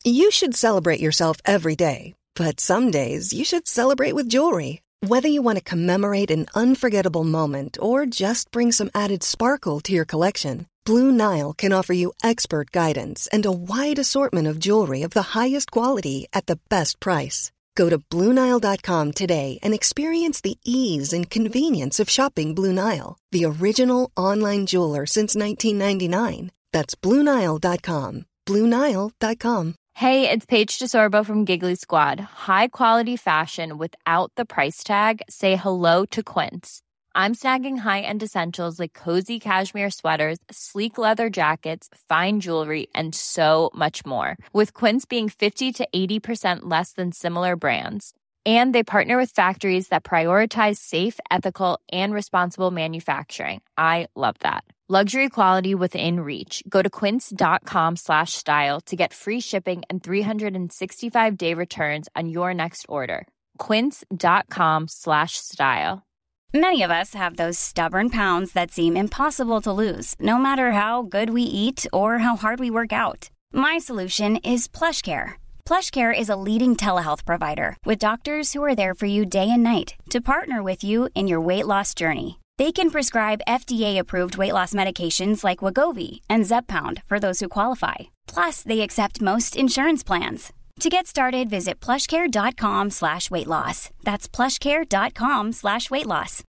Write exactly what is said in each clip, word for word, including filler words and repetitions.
You should celebrate yourself every day, but some days you should celebrate with jewelry. Whether you want to commemorate an unforgettable moment or just bring some added sparkle to your collection, Blue Nile can offer you expert guidance and a wide assortment of jewelry of the highest quality at the best price. Go to Blue Nile dot com today and experience the ease and convenience of shopping Blue Nile, the original online jeweler since nineteen ninety-nine. That's Blue Nile dot com. Blue Nile dot com. Hey, it's Paige DeSorbo from Giggly Squad. High quality fashion without the price tag. Say hello to Quince. I'm snagging high-end essentials like cozy cashmere sweaters, sleek leather jackets, fine jewelry, and so much more. With Quince being fifty to eighty percent less than similar brands. And they partner with factories that prioritize safe, ethical, and responsible manufacturing. I love that. Luxury quality within reach. Go to quince.com slash style to get free shipping and three sixty-five day returns on your next order. Quince.com slash style. Many of us have those stubborn pounds that seem impossible to lose, no matter how good we eat or how hard we work out. My solution is PlushCare. PlushCare is a leading telehealth provider with doctors who are there for you day and night to partner with you in your weight loss journey. They can prescribe F D A-approved weight loss medications like Wegovy and Zepbound for those who qualify. Plus, they accept most insurance plans. To get started, visit plushcare.com slash weight loss. That's plushcare.com slash weight loss.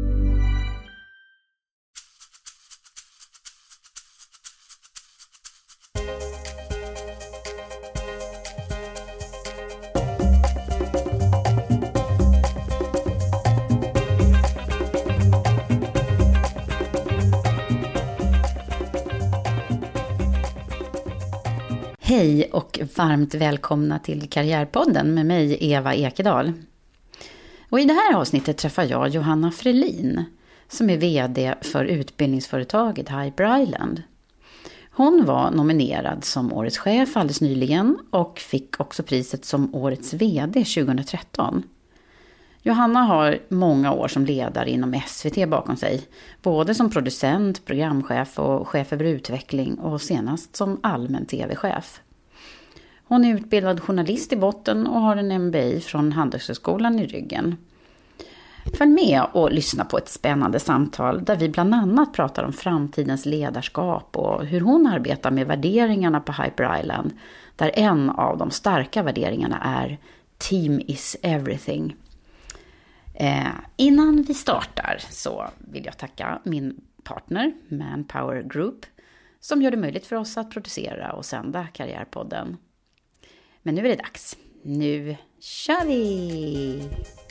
Hej och varmt välkomna till Karriärpodden med mig Eva Ekedal. Och i det här avsnittet träffar jag Johanna Frelin som är vd för utbildningsföretaget Hyper Island. Hon var nominerad som årets chef alldeles nyligen och fick också priset som årets vd tjugohundratretton. Johanna har många år som ledare inom S V T bakom sig, både som producent, programchef och chef över utveckling och senast som allmän tv-chef. Hon är utbildad journalist i botten och har en M B A från Handelshögskolan i ryggen. Följ med och lyssna på ett spännande samtal där vi bland annat pratar om framtidens ledarskap och hur hon arbetar med värderingarna på Hyper Island, där en av de starka värderingarna är Team is everything. Eh, innan vi startar så vill jag tacka min partner Manpower Group som gör det möjligt för oss att producera och sända Karriärpodden. Men nu är det dags. Nu kör vi!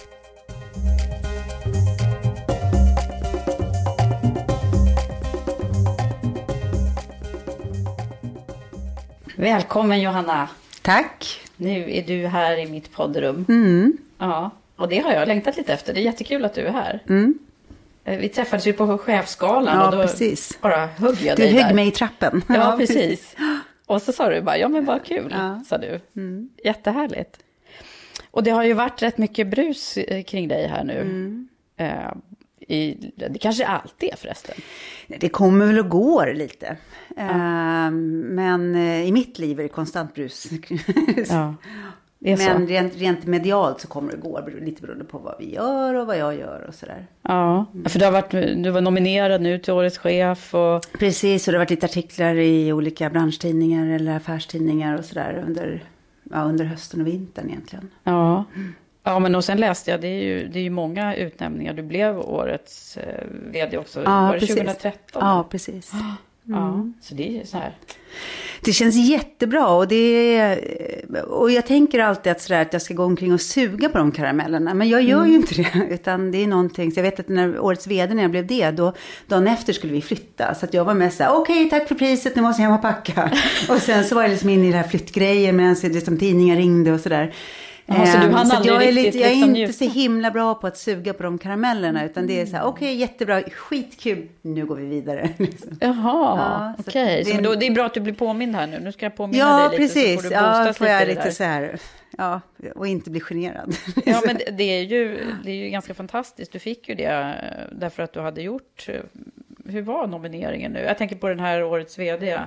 Välkommen Johanna. Tack. Nu är du här i mitt poddrum. Mm. Ja. Och det har jag längtat lite efter. Det är jättekul att du är här. Mm. Vi träffades ju på chefsskalan. Ja, och då precis. Bara högg jag du dig högg där. mig i trappen. Ja, ja precis. precis. Och så sa du bara, ja men vad kul, ja. sa du. Mm. Jättehärligt. Och det har ju varit rätt mycket brus kring dig här nu. Mm. Uh, i, det kanske alltid är förresten. Det kommer väl och går lite. Ja. Uh, men uh, i mitt liv är det konstant brus. Ja. Men rent, rent medialt så kommer det gå lite beroende på vad vi gör och vad jag gör och sådär. Ja, mm. för du, har varit, du var nominerad nu till årets chef. Och... Precis, och det har varit lite artiklar i olika branschtidningar eller affärstidningar och sådär under, ja, under hösten och vintern egentligen. Ja, mm. ja men och sen läste jag, det är ju, det är ju många utnämningar. Du blev årets eh, vd också, ja, var det precis. tjugohundratretton? Ja, precis. Mm. Ja, så det är ju så här. Det känns jättebra och det är, och jag tänker alltid att, sådär, att jag ska gå omkring och suga på de karamellerna. Men jag gör mm. ju inte det, utan det är någonting. Så jag vet att när årets vd när jag blev det, då, dagen efter skulle vi flytta. Så att jag var med så här, okej okay, tack för priset, nu måste jag hem och packa. Och sen så var jag liksom inne i det här flyttgrejer medan liksom tidningar ringde och sådär. Aha, så du hann så aldrig jag är, riktigt, lite, jag är liksom inte njuta. så himla bra på att suga på de karamellerna, utan det är så här, okej okay, jättebra, skitkul, nu går vi vidare. Liksom. Jaha, ja, okej. Okay. Det, så då, det är bra att du blir påmind här nu. Nu ska jag påminna ja, dig lite precis. så får du boostas ja, får jag lite, lite så här, ja, och inte bli generad. Ja, men det, det, är ju, det är ju ganska fantastiskt. Du fick ju det därför att du hade gjort, hur var nomineringen nu? Jag tänker på den här årets vd.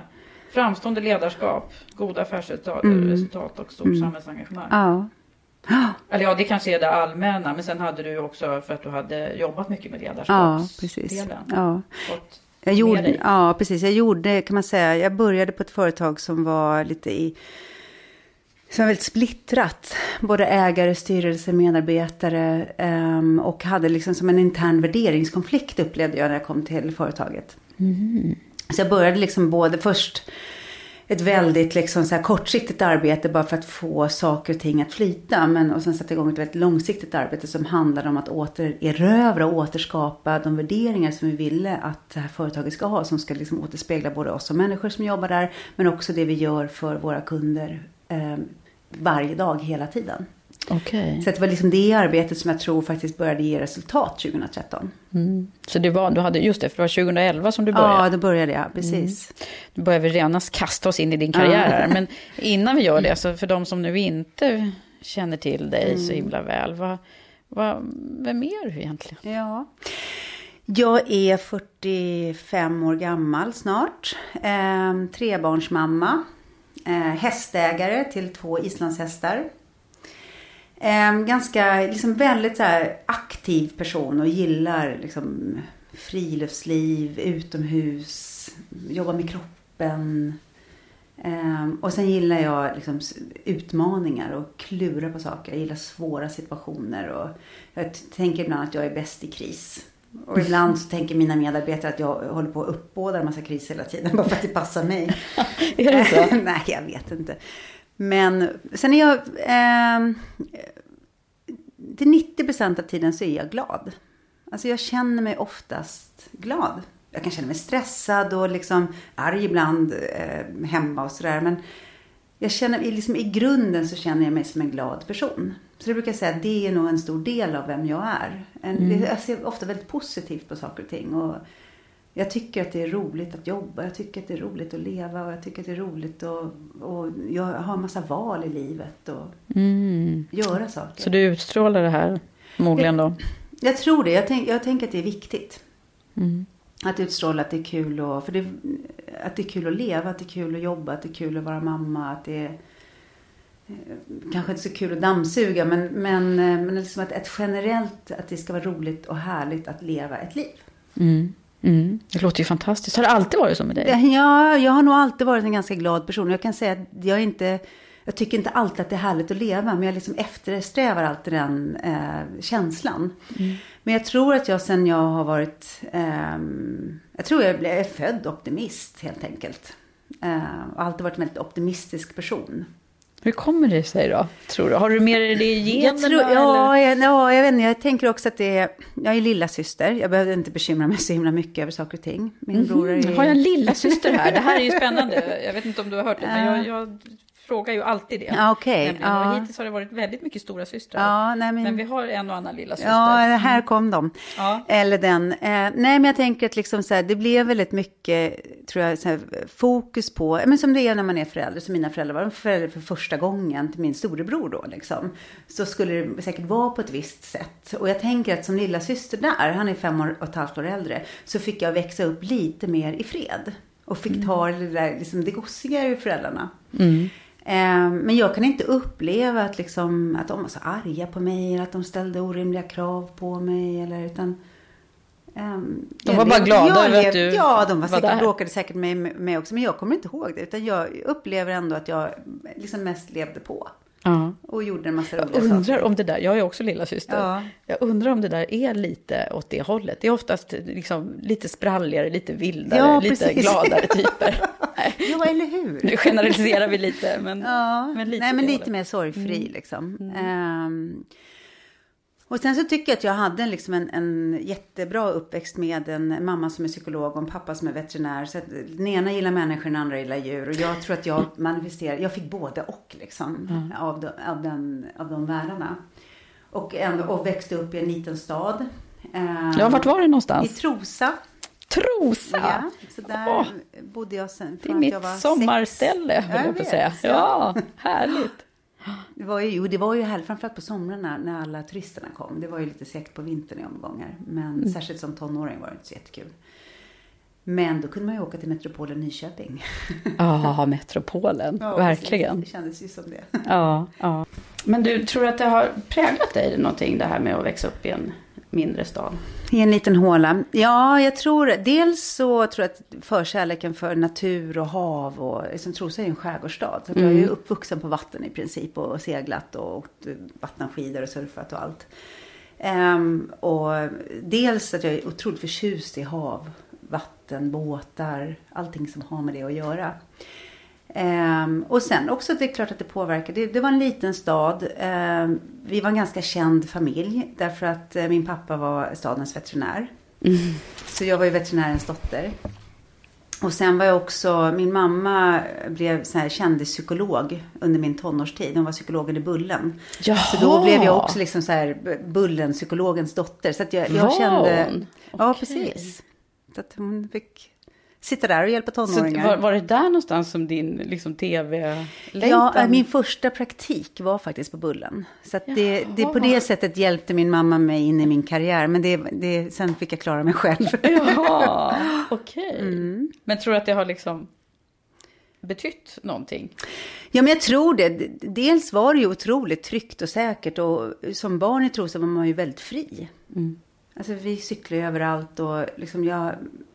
Framstående ledarskap, goda affärsresultat mm. resultat och stort mm. samhällsengagemang. Ja. Eller ja, det kanske är det allmänna. Men sen hade du också, för att du hade jobbat mycket med ledarskapsdelen. Ja, precis. Ja. Jag gjorde, ja, precis. Jag gjorde, kan man säga, jag började på ett företag som var lite i, som var väldigt splittrat. Både ägare, styrelse, medarbetare um, och hade liksom som en intern värderingskonflikt upplevde jag när jag kom till företaget. Mm. Så jag började liksom både först ett väldigt liksom så här kortsiktigt arbete bara för att få saker och ting att flyta. Men, och sen satte igång ett väldigt långsiktigt arbete som handlade om att återerövra och återskapa de värderingar som vi ville att det här företaget ska ha. Som ska liksom återspegla både oss som människor som jobbar där, men också det vi gör för våra kunder eh, varje dag hela tiden. Okay. Så det var liksom det arbetet som jag tror faktiskt började ge resultat tjugohundratretton. Mm. Så det var, du hade, just det, för det var tjugohundraelva som du började? Ja, då började jag, precis. Mm. Nu börjar vi redan kasta oss in i din karriär här. Men innan vi gör det, så för de som nu inte känner till dig mm. så himla väl, vad, vad, vem är du egentligen? Ja, jag är fyrtiofem år gammal snart, eh, trebarnsmamma, eh, hästägare till två islandshästar. Eh, ganska, liksom väldigt så här aktiv person och gillar liksom friluftsliv, utomhus, jobba med kroppen. Eh, och sen gillar jag liksom utmaningar och klura på saker. Jag gillar svåra situationer och jag tänker ibland att jag är bäst i kris. Och ibland så tänker mina medarbetare att jag håller på att uppbåda en massa kris hela tiden bara för att det passar mig. Är det så? Nej, jag vet inte. Men sen är jag, eh, till nittio procent av tiden så är jag glad. Alltså jag känner mig oftast glad. Jag kan känna mig stressad och liksom arg ibland eh, hemma och sådär. Men jag känner, liksom, i grunden så känner jag mig som en glad person. Så det brukar jag säga att det är nog en stor del av vem jag är. En, mm. Jag ser ofta väldigt positivt på saker och ting. Och jag tycker att det är roligt att jobba. Jag tycker att det är roligt att leva. Och jag tycker att det är roligt att och jag har en massa val i livet. Och mm. göra saker. Så du utstrålar det här förmodligen då? Jag, jag tror det. Jag, tänk, jag tänker att det är viktigt. Mm. Att utstråla att det är kul. Och, för det, att det är kul att leva. Att det är kul att jobba. Att det är kul att vara mamma. Att det är kanske inte så kul att dammsuga. Men, men, men liksom att ett generellt att det ska vara roligt och härligt att leva ett liv. Mm. Mm. Det låter ju fantastiskt. Har det alltid varit så med dig? Ja, jag har nog alltid varit en ganska glad person. Jag kan säga att jag inte, jag tycker inte alltid att det är härligt att leva. Men jag liksom eftersträvar alltid den eh, känslan. Mm. Men jag tror att jag sen jag har varit, eh, jag tror jag är född optimist helt enkelt. Eh, och alltid varit en väldigt optimistisk person. Hur kommer det sig då, tror du? Har du mer det i generna? Jag tror, ja, jag, ja, jag vet inte. Jag tänker också att det är... Jag är lilla syster. Jag behöver inte bekymra mig så himla mycket över saker och ting. Min mm-hmm. bror är... Har jag en lilla syster här? Det här är ju spännande. Jag vet inte om du har hört det, men jag... jag... frågar ju alltid det. Ja, okej. Okay. Ja. Hittills har det varit väldigt mycket stora systrar. Ja, nej, men... men vi har en och annan lilla syster. Ja, här kom de. Ja. Eller den. Eh, nej, men jag tänker att liksom så här, det blev väldigt mycket, tror jag, så här, fokus på, men som det är när man är förälder, som mina föräldrar var förälder för första gången till min storebror då, liksom. Så skulle det säkert vara på ett visst sätt. Och jag tänker att som lilla syster där, han är fem år och ett halvt år äldre, så fick jag växa upp lite mer i fred. Och fick mm. ta det där, liksom, det gossiga ur föräldrarna. Mm. Men jag kan inte uppleva att, liksom, att de var så arga på mig. Eller att de ställde orimliga krav på mig. Eller, utan, um, de var bara glada över att du Ja, de var, var säkert, där. bråkade säkert med mig också. Men jag kommer inte ihåg det. Utan jag upplever ändå att jag liksom mest levde på. Ja. Och gjorde en massa roliga saker. Jag undrar saker. om det där, jag är också lilla syster. Ja. Jag undrar om det där är lite åt det hållet. Det är oftast liksom lite spralligare, lite vildare, ja, lite gladare typer. Ja, eller hur? Nu generaliserar vi lite, men, ja. men lite, Nej, men lite mer sorgfri mm. liksom. Mm. Um, och sen så tycker jag att jag hade liksom en, en jättebra uppväxt med en mamma som är psykolog och en pappa som är veterinär. Så att den ena gillar människor, den andra gillar djur. Och jag tror att jag manifesterade, jag fick både och liksom, mm. av, de, av, den, av de världarna. Och, ändå, och växte upp i en liten stad. Um, ja, vart var det någonstans? I Trosa. Trosa? Ja, så där oh, bodde jag sen. Det är mitt jag var sommarställe, vill jag, jag på säga. Ja, härligt. Det var ju, jo, det var ju här, framförallt på somrarna när alla turisterna kom. Det var ju lite segt på vintern i omgångar. Men mm. särskilt som tonåring var det inte så jättekul. Men då kunde man ju åka till Metropolen Nyköping. Ja, Metropolen. Ja, verkligen. Det kändes ju som det. Ja, ja. Men du, tror att det har präglat dig någonting, det här med att växa upp i en mindre stad? I en liten håla. Ja, jag tror, dels så tror jag att förkärleken för natur och hav och liksom Trosa är en skärgårdsstad. Så mm. jag är ju uppvuxen på vatten i princip och seglat och åkt vattenskidor och surfat och allt. Um, och dels att jag är otroligt förtjust i hav, vatten, båtar, allting som har med det att göra. Um, och sen också det är klart att det påverkar. Det, det var en liten stad. Um, vi var en ganska känd familj därför att uh, min pappa var stadens veterinär. Mm. Så jag var ju veterinärens dotter. Och sen var jag också, min mamma blev så här kändis-psykolog under min tonårstid. Hon var psykologen i Bullen. Jaha. Så då blev jag också liksom så här Bullen-psykologens dotter. Så att jag, jag kände, ja okay. precis. Så att hon fick sitta där och hjälpa tonåringar. Så var, var det där någonstans som din liksom tv-längtan? Ja, min första praktik var faktiskt på Bullen. Så att det, det på det sättet hjälpte min mamma mig in i min karriär. Men det, det, sen fick jag klara mig själv. Jaha, okej. Okay. Mm. Men tror du att det har liksom betytt någonting? Ja, men jag tror det. Dels var det ju otroligt tryggt och säkert. Och som barn i Trosa var man ju väldigt fri. Mm. Alltså vi cyklade överallt och liksom jag...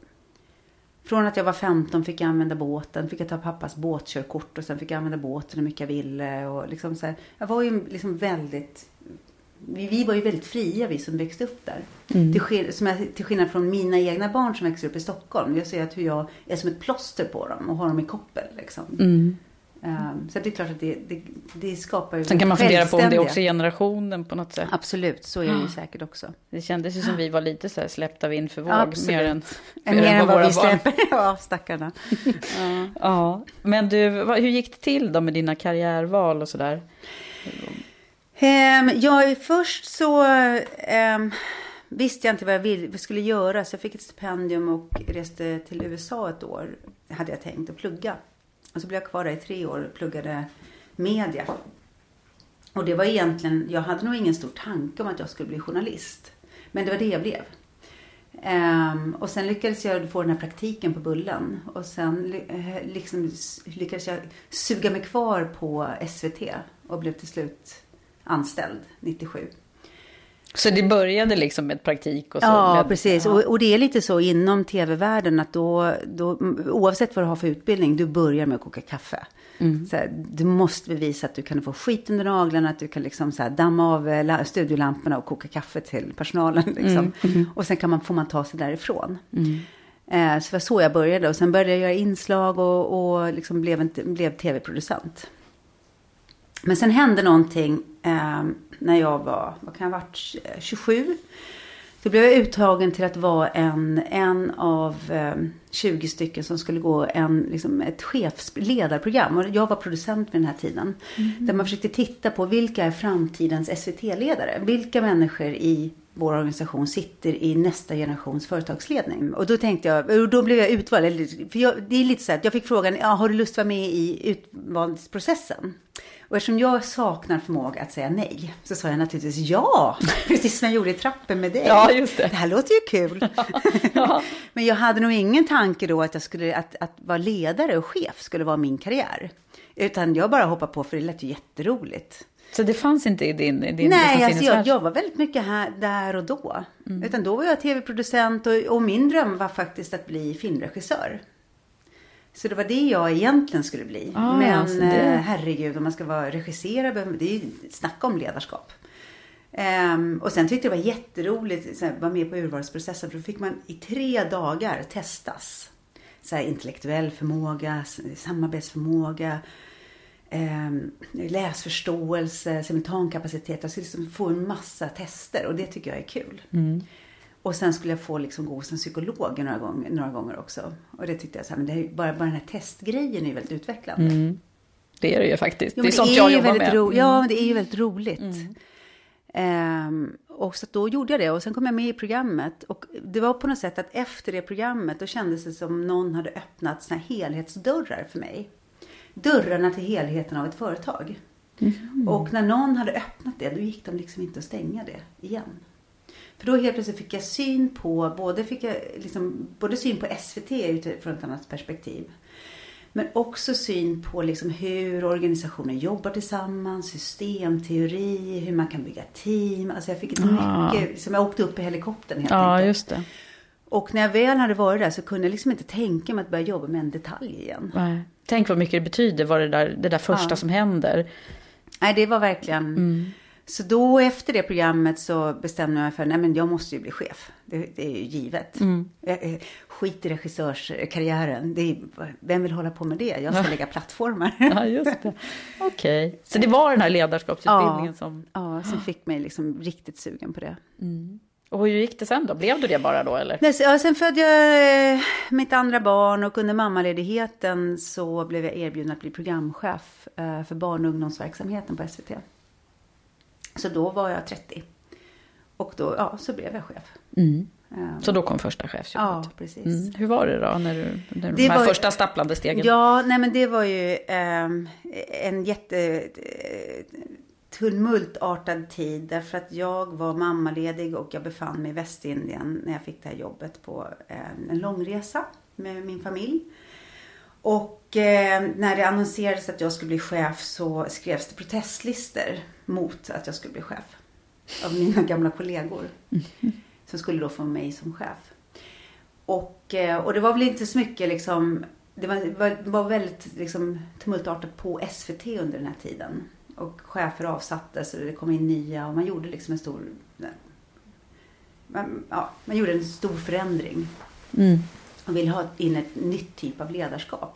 Från att jag var femton fick jag använda båten, fick jag ta pappas båtkörkort och sen fick jag använda båten hur mycket jag ville. Och liksom så här, jag var ju liksom väldigt, vi, vi var ju väldigt fria vi som växte upp där. Mm. Till, som jag, till skillnad från mina egna barn som växer upp i Stockholm. Jag ser att hur jag är som ett plåster på dem och har dem i koppel liksom. Mm. Um, så det är klart att det, det, det skapar ju. Sen kan man fundera på om det är också generationen på något sätt. Absolut, så är det ju säkert också. Det kändes ju som vi var lite så här släppta vind för våg. Absolut. Mer än, mer mer än vad, vad vi släpper. Ja, stackarna. Ja. Ja. Men du, hur gick det till då med dina karriärval och sådär? Um, ja, först så um, visste jag inte vad jag vill, skulle göra. Så jag fick ett stipendium och reste till U S A ett år. Hade jag tänkt att plugga. Och så blev jag kvar där i tre år och pluggade media. Och det var egentligen, jag hade nog ingen stor tanke om att jag skulle bli journalist. Men det var det jag blev. Um, och sen lyckades jag få den här praktiken på Bullen. Och sen liksom, lyckades jag suga mig kvar på S V T. Och blev till slut anställd nittiosju. Så det började liksom med praktik och så? Ja, med, precis. Ja. Och, och det är lite så inom tv-världen att då, då, oavsett vad du har för utbildning, du börjar med att koka kaffe. Mm. Så här, du måste bevisa att du kan få skit under naglarna, att du kan liksom så här, damma av studiolamporna och koka kaffe till personalen. Liksom. Mm. Mm. Och sen kan man, får man ta sig därifrån. Mm. Eh, så det var så jag började. Och sen började jag göra inslag och, och liksom blev, en, blev tv-producent. Men sen hände någonting eh, när jag var, vad kan jag ha varit, tjugosju. Då blev jag uttagen till att vara en, en av eh, tjugo stycken som skulle gå en, liksom ett chefsledarprogram. Och jag var producent vid den här tiden. Mm. Där man försökte titta på vilka är framtidens S V T-ledare. Vilka människor i vår organisation sitter i nästa generations företagsledning. Och då tänkte jag, och då blev jag utvald. För jag, det är lite så att jag fick frågan, ja, har du lust att vara med i utvalsprocessen? Och eftersom jag saknar förmåga att säga nej, så sa jag naturligtvis ja. Precis som jag gjorde i trappen med dig. Ja, just det. Det här låter ju kul. Ja, ja. Men jag hade nog ingen tanke då att jag skulle, att, att vara ledare och chef skulle vara min karriär. Utan jag bara hoppade på, för det lät ju jätteroligt. Så det fanns inte i din, i din Nej, alltså jag, jag var väldigt mycket här, där och då. Mm. Utan då var jag tv-producent och, och min dröm var faktiskt att bli filmregissör. Så det var det jag egentligen skulle bli. Ah, Men alltså det... herregud, om man ska vara regisserare, det är ju snacka om ledarskap. Um, och sen tyckte jag det var jätteroligt att vara med på urvalsprocessen. För då fick man i tre dagar testas. Så här, intellektuell förmåga, samarbetsförmåga, um, läsförståelse, simultankapacitet. Jag skulle liksom få en massa tester och det tycker jag är kul. Mm. Och sen skulle jag få liksom gå hos en psykolog några gånger, några gånger också. Och det tyckte jag så här, men det är bara, bara den här testgrejen är väldigt utvecklande. Mm. Det är det ju faktiskt. Jo, det är det sånt är jag jobbar med. Ro- mm. Ja, men det är ju väldigt roligt. Mm. Um, och så då gjorde jag det. Och sen kom jag med i programmet. Och det var på något sätt att efter det programmet, då kändes det som någon hade öppnat såna här helhetsdörrar för mig. Dörrarna till helheten av ett företag. Mm. Och när någon hade öppnat det, då gick de liksom inte att stänga det igen. För då helt plötsligt fick jag syn på, både, fick jag liksom, både syn på S V T utifrån ett annat perspektiv. Men också syn på liksom hur organisationer jobbar tillsammans, systemteori, hur man kan bygga team. Alltså jag fick ett ah. mycket, liksom jag åkte upp i helikoptern helt Ja, enkelt. just det. Och när jag väl hade varit där så kunde jag liksom inte tänka mig att börja jobba med en detalj igen. Nej. Tänk vad mycket det betyder, vad det där, det där första ja. som händer. Nej, det var verkligen... Mm. Så då efter det programmet så bestämde jag mig för, nej men jag måste ju bli chef. Det, det är ju givet. Mm. Skit i regissörskarriären. Det är, vem vill hålla på med det? Jag ska ja. lägga plattformar. Ja, just det. Okej. Okay. Så det var den här ledarskapsutbildningen ja, som... Ja, som fick mig liksom riktigt sugen på det. Mm. Och hur gick det sen då? Blev du det bara då eller? Nej, ja, sen födde jag mitt andra barn och under mammaledigheten så blev jag erbjuden att bli programchef för barn- och ungdomsverksamheten på S V T. Så då var jag trettio. Och då, ja, så blev jag chef. Mm. Um, så då kom första chefsjobbet? Ja, precis. Mm. Hur var det då när du, när de här var, första stapplande stegen? Ja, nej men det var ju um, en jätte tumultartad tid. Därför att jag var mammaledig och jag befann mig i Västindien när jag fick det här jobbet på um, en långresa med min familj. Och eh, när det annonserades att jag skulle bli chef så skrevs det protestlister mot att jag skulle bli chef av mina gamla kollegor mm. som skulle då få mig som chef. Och, eh, och det var väl inte så mycket liksom, det var, var, var väldigt liksom, tumultartat på S V T under den här tiden. Och chefer avsattes och det kom in nya och man gjorde liksom en stor, man, ja, man gjorde en stor förändring. Mm. Och ville ha in ett nytt typ av ledarskap.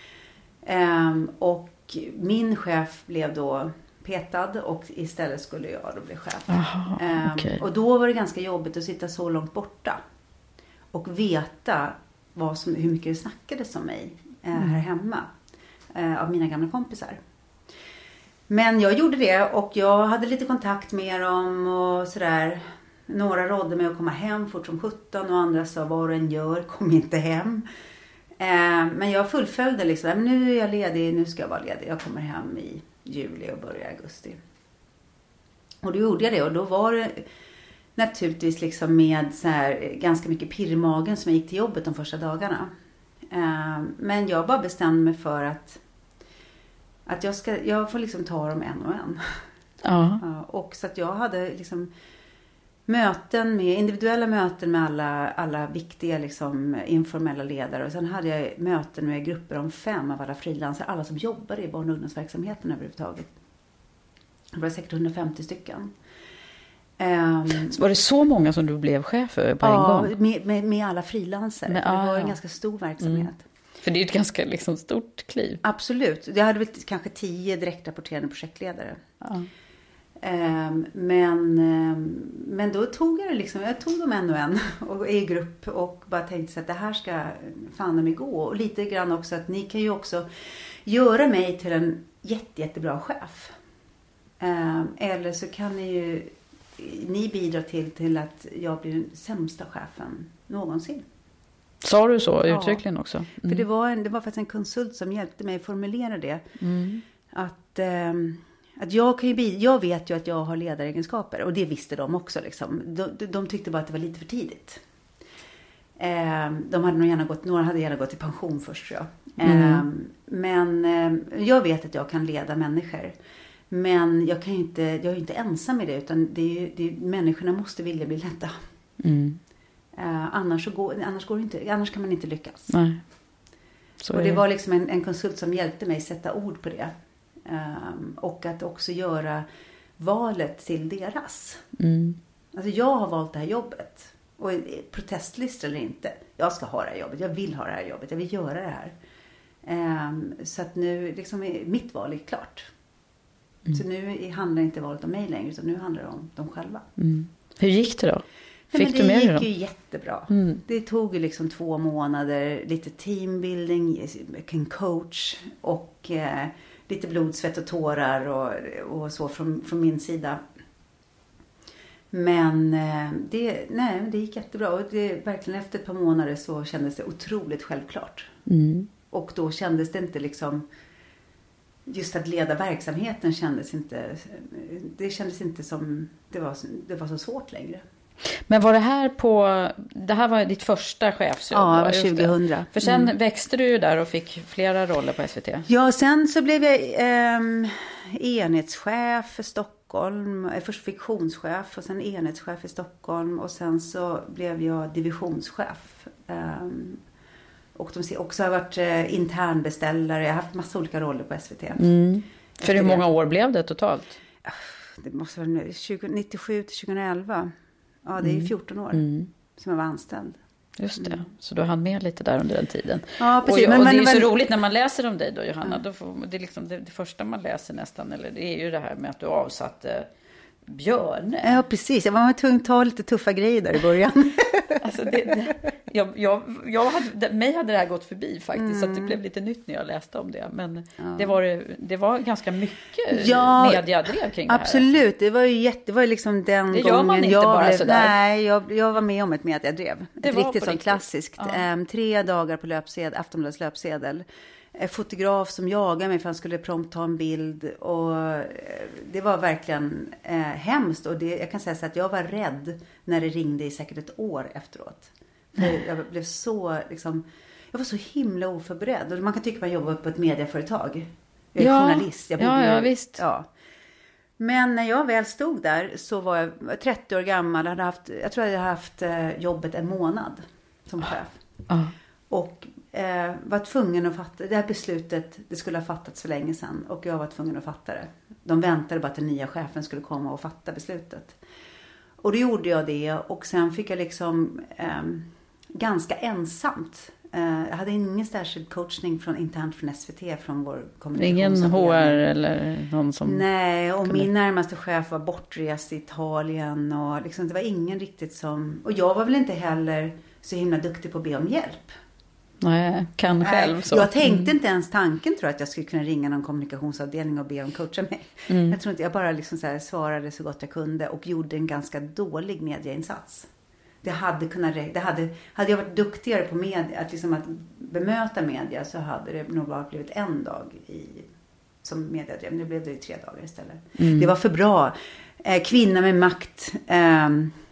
Um, och min chef blev då petad och istället skulle jag då bli chef. Aha, um, okay. Och då var det ganska jobbigt att sitta så långt borta. Och veta vad som, hur mycket det snackades om mig uh, mm. här hemma. Uh, av mina gamla kompisar. Men jag gjorde det och jag hade lite kontakt med dem och sådär. Några rådde mig att komma hem fort som sjutton och andra sa vad du än gör, kom inte hem. Eh, men jag fullföljde liksom, men nu är jag ledig, nu ska jag vara ledig. Jag kommer hem i juli och börjar i augusti. Och då gjorde jag det och då var det naturligtvis liksom med så här, ganska mycket pirr i magen som jag gick till jobbet de första dagarna. Eh, men jag bara bestämde mig för att, att jag, ska, jag får liksom ta dem en och en. Ja. Ja, och så att jag hade liksom... möten med, individuella möten med alla, alla viktiga liksom, informella ledare. Och sen hade jag möten med grupper om fem av alla frilansare. Alla som jobbar i barn- och ungdomsverksamheten överhuvudtaget. Det var säkert hundrafemtio stycken. Um, så var det så många som du blev chef för på ja, en gång? Med, med, med alla frilansare. Men, det var ah, en ganska stor verksamhet. Mm. För det är ju ett ganska liksom, stort kliv. Absolut. Jag hade väl kanske tio direktrapporterande projektledare. Ja. Um, men, um, men då tog jag det liksom, jag tog dem en och en och i grupp och bara tänkte så att det här ska fan mig gå. Och lite grann också att ni kan ju också göra mig till en jätte, jättebra chef. Um, eller så kan ni ju ni bidra till, till att jag blir den sämsta chefen någonsin. Sa du så uttryckligen ja, också? Mm. För det var, en, det var faktiskt en konsult som hjälpte mig att formulera det. Mm. Att... Um, Att jag, kan ju bli, jag vet ju att jag har ledaregenskaper. Och det visste de också. Liksom. De, de tyckte bara att det var lite för tidigt. Eh, de hade nog gärna gått, några hade gärna gått i pension först. Ja. Mm. Eh, men eh, jag vet att jag kan leda människor. Men jag, kan ju inte, jag är ju inte ensam i det. Utan det är ju, det är, människorna måste vilja bli ledda. Mm. Eh, annars, så går, annars, går det inte, annars kan man inte lyckas. Nej. Så och det var liksom en, en konsult som hjälpte mig sätta ord på det. Um, och att också göra valet till deras. Mm. Alltså jag har valt det här jobbet. Och protestlistor eller inte. Jag ska ha det här jobbet. Jag vill ha det här jobbet. Jag vill göra det här. Um, så att nu liksom är mitt val är klart. Mm. Så nu handlar inte valet om mig längre. Utan nu handlar det om dem själva. Mm. Hur gick det då? Fick Nej, men det du med gick dig då? ju jättebra. Mm. Det tog ju liksom två månader. Lite teambuilding. En coach. Och... Eh, lite blod, svett och tårar och, och så från, från min sida. Men det, nej, det gick jättebra. Och det, verkligen efter ett par månader så kändes det otroligt självklart. Mm. Och då kändes det inte liksom... Just att leda verksamheten kändes inte... Det kändes inte som... Det var, det var så svårt längre. Men var det här på, det här var ditt första chefsjobb? Ja, va? tjugohundra. För sen mm. växte du ju där och fick flera roller på S V T. Ja, sen så blev jag eh, enhetschef för Stockholm. Först fiktionschef och sen enhetschef i Stockholm. Och sen så blev jag divisionschef. Eh, och de också har varit eh, internbeställare. Jag har haft massa olika roller på S V T. Mm. För hur många år blev det totalt? Det måste vara nu, nittiosju till tjugoelva. Ja, det är fjorton år mm. som jag var anställd. Just det, mm. så du hann med lite där under den tiden. Ja, precis. Och, men, och men, det är men, så roligt när man läser om dig då, Johanna. Ja. Då får, det är liksom det, det första man läser nästan, eller det är ju det här med att du avsatte Björne. Ja, precis. Jag var tvungen att ta lite tuffa grejer där i början. Alltså det, det, jag, jag, jag hade, mig hade det här gått förbi faktiskt, mm. så att det blev lite nytt när jag läste om det. Men ja. det, var, det var ganska mycket ja, mediadrev kring det här. Absolut, alltså. det var ju jätte, det var ju liksom den det gången gör man inte jag bara blev, sådär. Nej, jag, jag var med om ett mediadrev. Det ett var riktigt sånt klassiskt. Ja. Äm, tre dagar på löpsedel, Aftonbladets löpsedel. En fotograf som jagade mig för han skulle prompt ta en bild. Och det var verkligen eh, hemskt. Och det, jag kan säga så att jag var rädd när det ringde i säkert ett år efteråt. För jag blev så liksom, jag var så himla oförberedd. Och man kan tycka att man jobbar på ett medieföretag. Jag är ja. journalist. Jag ja, ja, ju, visst. Ja. Men när jag väl stod där så var jag trettio år gammal. Jag, hade haft, jag tror att jag hade haft eh, jobbet en månad som chef. Ja. Och eh, var tvungen att fatta, det här beslutet, det skulle ha fattats för länge sedan. Och jag var tvungen att fatta det. De väntade bara att den nya chefen skulle komma och fatta beslutet. Och då gjorde jag det. Och sen fick jag liksom eh, ganska ensamt. Eh, jag hade ingen särskild coachning från internt från S V T, från vår kommunikationsavdelning. Ingen H R eller någon som... Nej, och kunde... min närmaste chef var bortrest i Italien. Och liksom, det var ingen riktigt som... Och jag var väl inte heller så himla duktig på att be om hjälp. Nej, kan själv så. Jag tänkte mm. inte ens tanken tror jag att jag skulle kunna ringa någon kommunikationsavdelning och be dem coacha mig. Mm. Jag tror inte, jag bara liksom så här svarade så gott jag kunde och gjorde en ganska dålig medieinsats. Det hade kunnat, det hade, hade jag varit duktigare på media, att liksom att bemöta media, så hade det nog bara blivit en dag i, som mediadrev. Nu blev det ju tre dagar istället. Mm. Det var för bra. Eh, kvinna med makt... Eh,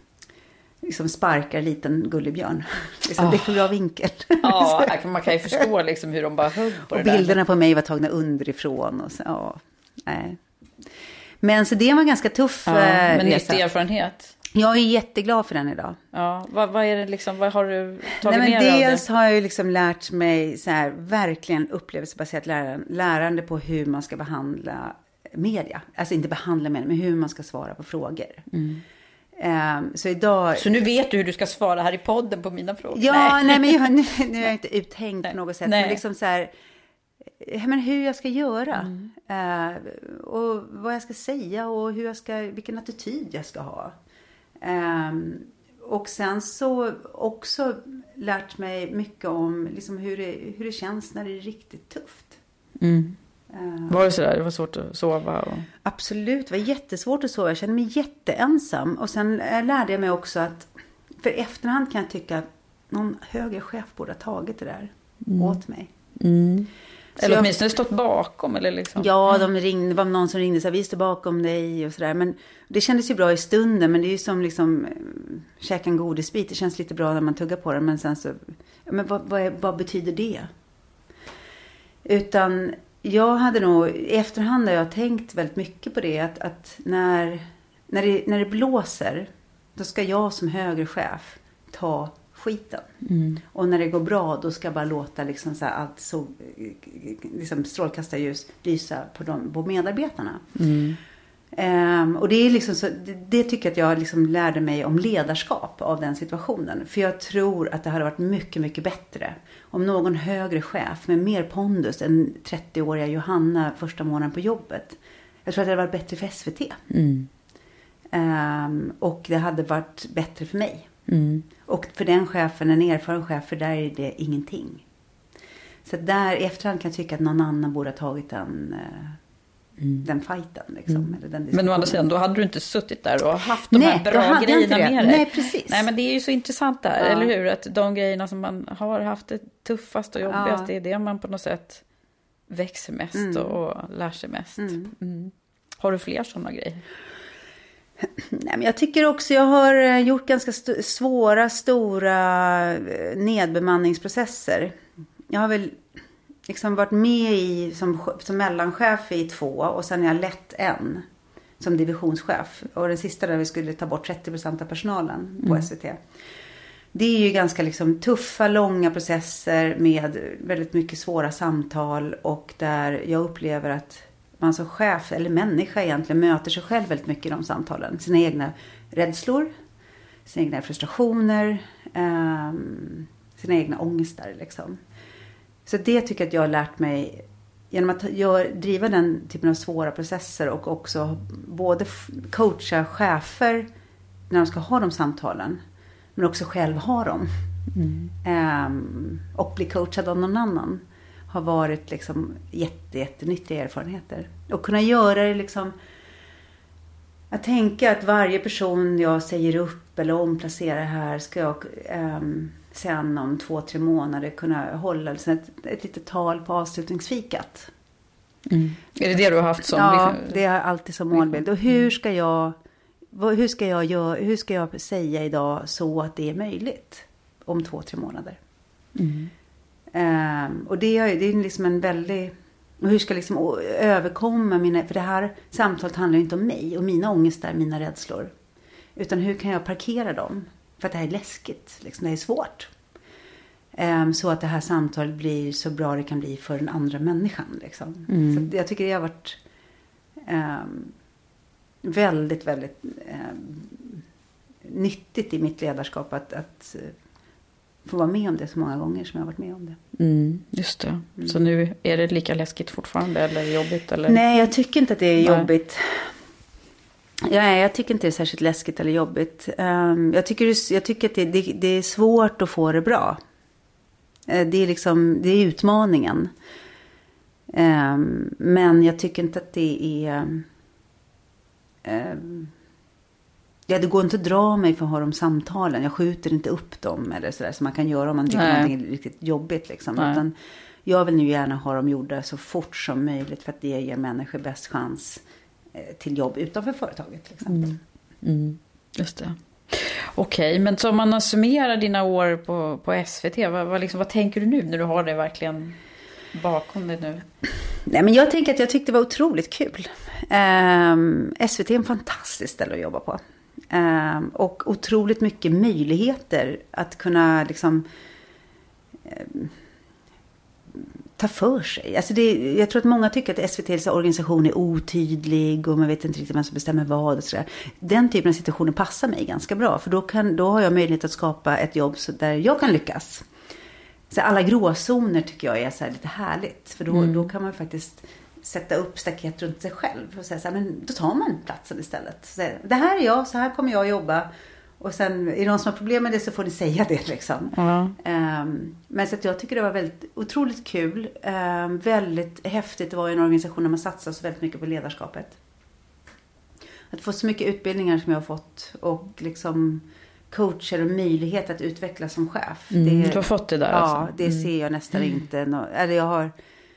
liksom sparkar liten gullibjörn. Liksom, oh. Det är för bra vinkel. Ja, man kan ju förstå liksom hur de bara höll på och det där. Bilderna på mig var tagna underifrån. Och så, ja, nej. Men så det var ganska tuff ja, men nyttig erfarenhet. Jag är jätteglad för den idag. Ja, vad, vad är det liksom, vad har du tagit nej, men med dels av det? har jag ju liksom lärt mig så här, verkligen upplevelsebaserat lärande, lärande på hur man ska behandla media. Alltså inte behandla media, men hur man ska svara på frågor. Mm. Um, så idag... Så nu vet du hur du ska svara här i podden på mina frågor? Ja, nej, nej men jag, nu, nu är jag inte uthängd på något sätt. Nej. Men liksom så här, men hur jag ska göra. Mm. Uh, och vad jag ska säga och hur jag ska, vilken attityd jag ska ha. Um, och sen så också lärt mig mycket om liksom hur, det, hur det känns när det är riktigt tufft. Mm. Var det sådär? Det var svårt att sova? Och... Absolut, det var jättesvårt att sova. Jag kände mig jätteensam. Och sen lärde jag mig också att... För efterhand kan jag tycka att någon högre chef borde ha tagit det där mm. åt mig. Mm. Eller jag, åtminstone stått bakom? Eller liksom. Ja, de ringde, det var någon som ringde och sa vi står bakom dig och sådär. Men det kändes ju bra i stunden. Men det är ju som liksom käka en godisbit. Det känns lite bra när man tuggar på den. Men sen så... Men vad, vad, vad betyder det? Utan... Jag hade nog, i efterhand har jag tänkt väldigt mycket på det. Att, att när, när, det, när det blåser, då ska jag som högre chef ta skiten. Mm. Och när det går bra, då ska jag bara låta liksom så här, allt så, liksom strålkastarljus lysa på, de, på medarbetarna. Mm. Um, och det är liksom så, det, det tycker jag att jag liksom lärde mig om ledarskap av den situationen. För jag tror att det hade varit mycket, mycket bättre om någon högre chef med mer pondus än trettioåriga Johanna första månaden på jobbet. Jag tror att det hade varit bättre för S V T. Mm. Um, och det hade varit bättre för mig. Mm. Och för den chefen, en erfaren chef, för där är det ingenting. Så där i efterhand kan jag tycka att någon annan borde ha tagit den... Uh, Mm. den fighten liksom, mm. eller den men å andra sidan, då hade du inte suttit där och haft de Nej, här bra grejerna med dig. Nej, precis. Nej, men det är ju så intressant där, ja. Eller hur? Att de grejerna som man har haft det tuffast och jobbigast, ja. Det är det man på något sätt växer mest mm. och, och lär sig mest. Mm. Mm. Har du fler sådana grejer? Nej, men jag tycker också jag har gjort ganska st- svåra, stora nedbemanningsprocesser. Jag har väl liksom varit med i som, som mellanchef i två och sen har jag lett en som divisionschef. Och den sista där vi skulle ta bort trettio procent av personalen på mm. S V T. Det är ju ganska liksom tuffa, långa processer med väldigt mycket svåra samtal och där jag upplever att man som chef eller människa egentligen möter sig själv väldigt mycket i de samtalen. Sina egna rädslor, sina egna frustrationer, eh, sina egna ångestar liksom. Så det tycker jag att jag har lärt mig genom att gör, driva den typen av svåra processer och också både coacha chefer när de ska ha de samtalen men också själv ha dem. Mm. Um, och bli coachad av någon annan har varit liksom jätte, jättenyttiga erfarenheter. Och kunna göra det liksom att tänka att varje person jag säger upp eller omplacerar här ska jag um, sen om två, tre månader kunna hålla ett, ett litet tal på avslutningsfikat. Mm. Är det det du har haft som? Ja, det har alltid som målbild. Och hur ska jag hur ska jag göra, hur ska jag säga idag så att det är möjligt om två, tre månader? Mm. Um, och det är, det är liksom en väldigt... Och hur ska jag liksom överkomma mina... För det här samtalet handlar ju inte om mig och mina ångestar, mina rädslor. Utan hur kan jag parkera dem? För att det här är läskigt. Liksom, det är svårt. Um, så att det här samtalet blir så bra det kan bli för den andra människan. Liksom. Mm. Så jag tycker det har varit um, väldigt, väldigt um, nyttigt i mitt ledarskap att... att få vara med om det så många gånger som jag har varit med om det. Mm, just det. Mm. Så nu är det lika läskigt fortfarande eller jobbigt? Eller? Nej, jag tycker inte att det är Nej. jobbigt. Ja, jag tycker inte det är särskilt läskigt eller jobbigt. Um, jag, tycker, jag tycker att det, det, det är svårt att få det bra. Uh, det är liksom, det är utmaningen. Um, men jag tycker inte att det är... Um, Ja, det går inte att dra mig för att ha de samtalen. Jag skjuter inte upp dem eller sådär som man kan göra om man tycker Nej. någonting är riktigt jobbigt. Liksom. Utan jag vill nu gärna ha dem gjorda så fort som möjligt för att det ger människor bäst chans till jobb utanför företaget. Till exempel. Mm. Mm. Just det. Okej, okay, men så om man summerar dina år på, på S V T, vad, vad, liksom, vad tänker du nu när du har det verkligen bakom dig nu? Nej, men jag tänker att jag tyckte det var otroligt kul. Um, S V T är en fantastisk ställe att jobba på. Um, och otroligt mycket möjligheter att kunna liksom um, ta för sig. Alltså det, jag tror att många tycker att S V T:s organisation är otydlig och man vet inte riktigt vem som bestämmer vad och sådär. Den typen av situationer passar mig ganska bra för då, kan, då har jag möjlighet att skapa ett jobb så där jag kan lyckas. Så alla gråzoner tycker jag är så här lite härligt för då, mm. då kan man faktiskt sätta upp staket runt sig själv och säga så här, men då tar man platsen istället. Så det här är jag, så här kommer jag jobba. Och sen är det någon som har problem med det så får ni säga det liksom. Mm. Um, men så att jag tycker det var väldigt otroligt kul. Um, väldigt häftigt. Det var en organisation där man satsar så väldigt mycket på ledarskapet. Att få så mycket utbildningar som jag har fått och liksom coacher och möjlighet att utvecklas som chef. Mm, det, du har fått det där ja, alltså? Ja, det mm. ser jag nästan mm. inte. Eller jag har...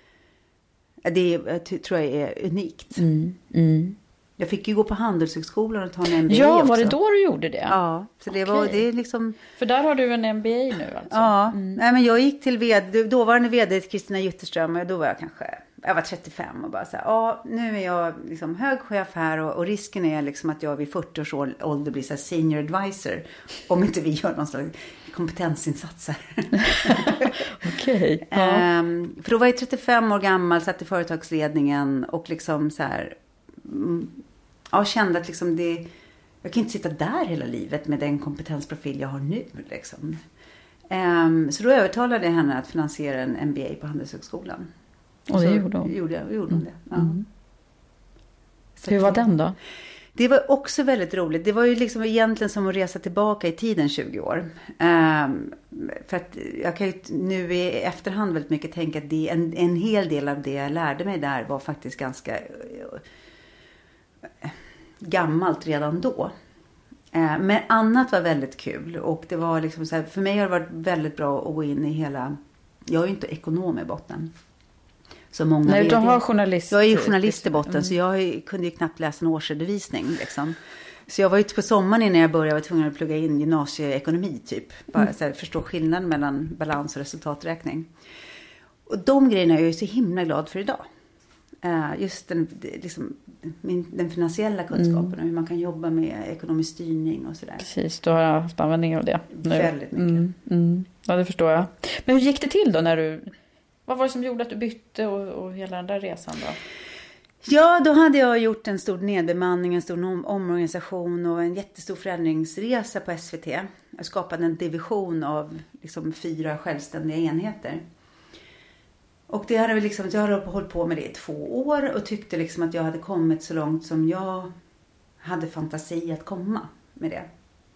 Det är, tror jag är unikt. Mm, mm. Jag fick ju gå på Handelshögskolan och ta en M B A Ja, också. var det då du gjorde det? Ja, så det okay. var det är liksom... För där har du en M B A nu alltså? Ja, mm. nej, men jag gick till vd, dåvarande vd Kristina Jutterström och då var jag kanske, jag var trettiofem och bara så här, ja, nu är jag liksom hög chef här och, och risken är liksom att jag vid fyrtio års ålder blir så här senior advisor om inte vi gör någon slags kompetensinsatser. Okej. Okay. Ja. Um, för då var jag trettiofem år gammal, satt i företagsledningen och liksom så här, ja, kände att liksom det, jag kan inte sitta där hela livet med den kompetensprofil jag har nu liksom. Um, så då övertalade jag henne att finansiera en M B A på Handelshögskolan. Och det så gjorde hon? Gjorde jag, gjorde hon det. Ja. Mm. Hur var den då? Det var också väldigt roligt. Det var ju liksom egentligen som att resa tillbaka i tiden tjugo år. Um, för att jag kan ju nu i efterhand väldigt mycket tänka att det, en, en hel del av det jag lärde mig där var faktiskt ganska uh, gammalt redan då. Uh, men annat var väldigt kul. Och det var liksom så här, för mig har det varit väldigt bra att gå in i hela... Jag är ju inte ekonom i botten. Så många Nej, du har journalist. Jag är ju journalist i botten mm. så jag kunde ju knappt läsa en årsredovisning liksom. Så jag var ute på sommaren innan jag började, var tvungen att plugga in gymnasieekonomi typ. Bara mm. så här, förstå skillnaden mellan balans och resultaträkning. Och de grejerna är jag ju så himla glad för idag. Uh, just den, liksom, min, den finansiella kunskapen mm. och hur man kan jobba med ekonomisk styrning och sådär. Precis, du har haft användning av det nu. Väldigt mycket. Mm. Mm. Ja, det förstår jag. Men hur gick det till då när du... Vad var det som gjorde att du bytte och, och hela den där resan då? Ja, då hade jag gjort en stor nedbemanning, en stor om- omorganisation och en jättestor förändringsresa på S V T. Jag skapade en division av liksom, fyra självständiga enheter. Och det hade vi liksom, jag hade hållit på med det i två år och tyckte liksom att jag hade kommit så långt som jag hade fantasi att komma med det.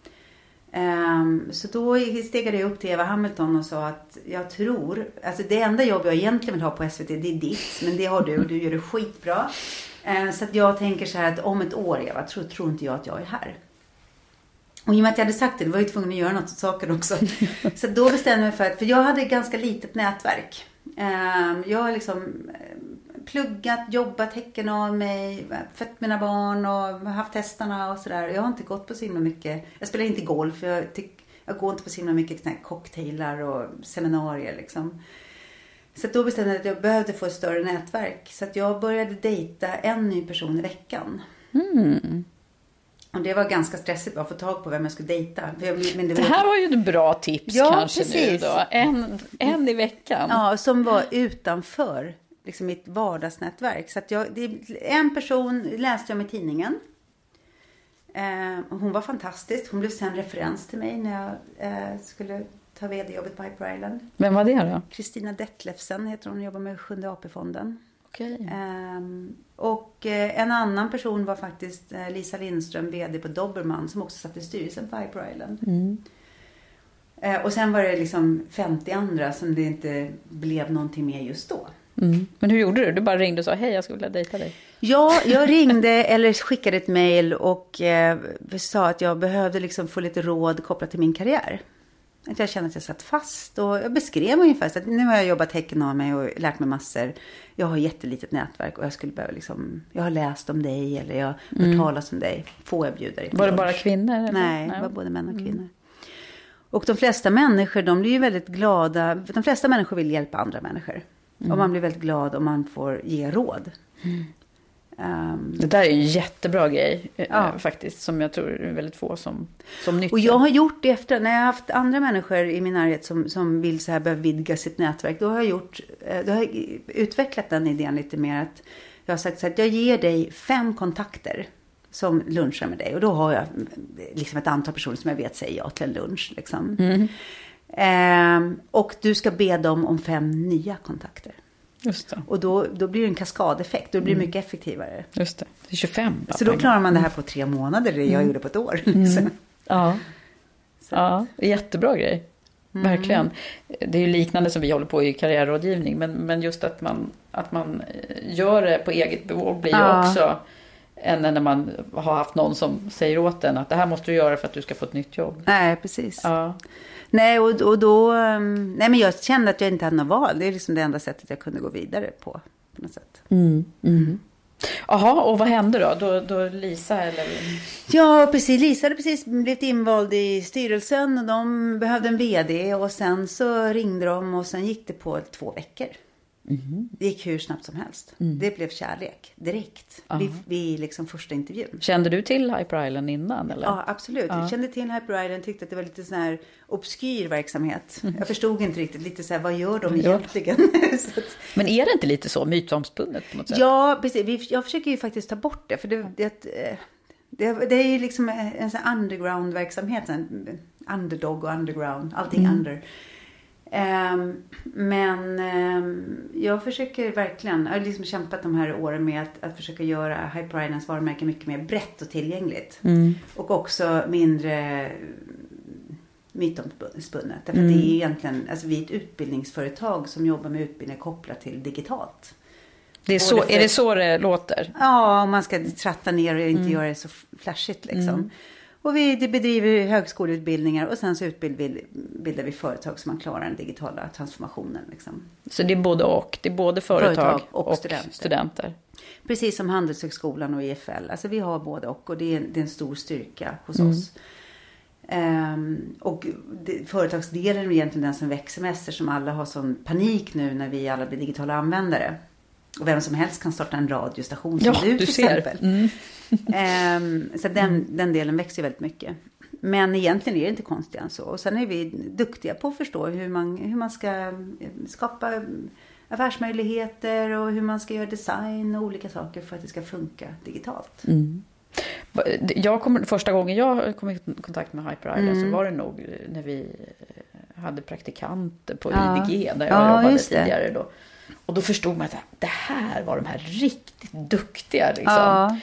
Um, så då stegade jag upp till Eva Hamilton och sa att jag tror, alltså det enda jobb jag egentligen vill ha på S V T, det är ditt, men det har du och du gör det skitbra. Uh, så att jag tänker så här att om ett år, Eva, tror, tror inte jag att jag är här. Och i och med att jag hade sagt det, det var ju tvungen att göra något åt saker också. Så då bestämde jag mig för att, för jag hade ett ganska litet nätverk. Um, jag har liksom pluggat, jobbat häcken av mig, fött mina barn och haft hästarna och sådär. Jag har inte gått på så himla mycket. Jag spelar inte golf, för jag, tyck, jag går inte på så himla mycket såna här cocktailar och seminarier liksom. Så då bestämde jag att jag behövde få ett större nätverk. Så att jag började dejta en ny person i veckan. Mm. Och det var ganska stressigt att få tag på vem jag skulle dejta. Jag, men det, det här var ju ett bra tips ja, kanske precis. Nu då. En, en i veckan. Ja, som var utanför liksom mitt vardagsnätverk. Så att jag, det, en person läste jag med tidningen. Eh, hon var fantastisk. Hon blev sen referens till mig när jag eh, skulle ta vd-jobbet på Hyper Island. Vem var det då? Kristina Detlefsen heter hon. Hon jobbar med sjunde A P-fonden. Okay. Um, och eh, en annan person var faktiskt eh, Lisa Lindström, vd på Dobermann, som också satt i styrelsen för Hyper Island. Mm. Eh, och sen var det liksom femtio andra som det inte blev någonting med just då. Mm. Men hur gjorde du? Du bara ringde och sa hej, jag skulle vilja dejta dig. Ja, jag ringde eller skickade ett mejl och eh, sa att jag behövde liksom få lite råd kopplat till min karriär. Att jag kände att jag satt fast och jag beskrev ungefär så att nu har jag jobbat häcken av mig och lärt mig massor. Jag har ett jättelitet nätverk och jag skulle behöva liksom, jag har läst om dig eller jag har hört mm. talas om dig. Får jag bjuda dig? Var det bara kvinnor? Eller? Nej, det var både män och kvinnor. Mm. Och de flesta människor, de blir ju väldigt glada. De flesta människor vill hjälpa andra människor. Mm. Och man blir väldigt glad om man får ge råd. Mm. Um, det där är en jättebra grej ja. äh, faktiskt, som jag tror är väldigt få som, som nyttjar. Och jag har gjort det efter, när jag har haft andra människor i min närhet som, som vill så här börja vidga sitt nätverk, då har jag gjort, då har jag utvecklat den idén lite mer att jag har sagt så att jag ger dig fem kontakter som lunchar med dig och då har jag liksom ett antal personer som jag vet säger ja till en lunch liksom. Mm. Um, och du ska be dem om fem nya kontakter. Just det. Och då, då blir det en kaskadeffekt. Då blir det mycket effektivare. Just det. Det är tjugofem. Så då klarar man det här på tre månader. Det jag mm. gjorde på ett år. Mm. Ja. ja, jättebra grej. Mm. Verkligen. Det är ju liknande som vi håller på i karriärrådgivning. Men, men just att man, att man gör det på eget bevåg blir ja. ju också än när man har haft någon som säger åt en att det här måste du göra för att du ska få ett nytt jobb. Nej, precis. Ja. Nej, och, och då... Nej, men jag kände att jag inte hade något val. Det är liksom det enda sättet jag kunde gå vidare på. På något sätt. Mm. Mm. Jaha, och vad hände då? Då, då Lisa eller... Ja, precis. Lisa hade precis blivit invald i styrelsen. Och de behövde en vd. Och sen så ringde de och sen gick det på två veckor. Mm. Det gick hur snabbt som helst. Mm. Det blev kärlek direkt. Uh-huh. Vi, vi liksom första intervjun. Kände du till Hyper Island innan? Eller? Ja, absolut. Uh-huh. Jag kände till Hyper Island. Tyckte att det var lite sån här obskyr verksamhet. Mm. Jag förstod inte riktigt. Lite så här, vad gör de egentligen? så att... Men är det inte lite så mytomspunnet på något sätt? Ja, precis. Jag försöker ju faktiskt ta bort det. För det, det, det, det är ju liksom en sån här underground-verksamhet. En underdog och underground. Allting mm. under. Um, men um, jag försöker verkligen, jag har liksom kämpat de här åren med att, att försöka göra Hyper Islands varumärke mycket mer brett och tillgängligt. Mm. Och också mindre mytomspunnet. Därför mm. att det är egentligen, alltså vi är ett utbildningsföretag som jobbar med utbildning kopplat till digitalt. Det är, så, för, är det så det låter? Ja, om man ska tratta ner och inte mm. göra det så flashigt liksom. Mm. Och vi bedriver högskoleutbildningar och sen så utbildar vi företag som man klarar den digitala transformationen. Liksom. Så det är både och? Det är både företag, företag och, och studenter. studenter? Precis som Handelshögskolan och I F L. Alltså vi har både och och det är, det är en stor styrka hos mm. oss. Um, och det, företagsdelen är egentligen den som växer mest som alla har sån panik nu när vi alla blir digitala användare. Och vem som helst kan starta en radiostation som ja, du, du till ser. exempel. Mm. um, så den, den delen växer väldigt mycket. Men egentligen är det inte konstigt än så. Och sen är vi duktiga på att förstå hur man, hur man ska skapa affärsmöjligheter och hur man ska göra design och olika saker för att det ska funka digitalt. Mm. Jag kom, första gången jag kom i kontakt med Hyper Island mm. så var det nog när vi hade praktikanter på ja. I D G där jag ja, jobbade tidigare då. Och då förstod man att det här var de här riktigt duktiga liksom. Ja.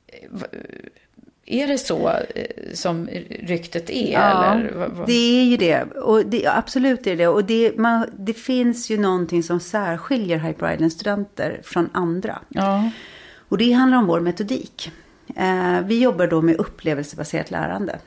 Är det så som ryktet är? Ja, eller? Det är ju det. Och det, absolut är det. Och det, man, det finns ju någonting som särskiljer Hyper Island-studenter från andra. Ja. Och det handlar om vår metodik. Eh, vi jobbar då med upplevelsebaserat lärande.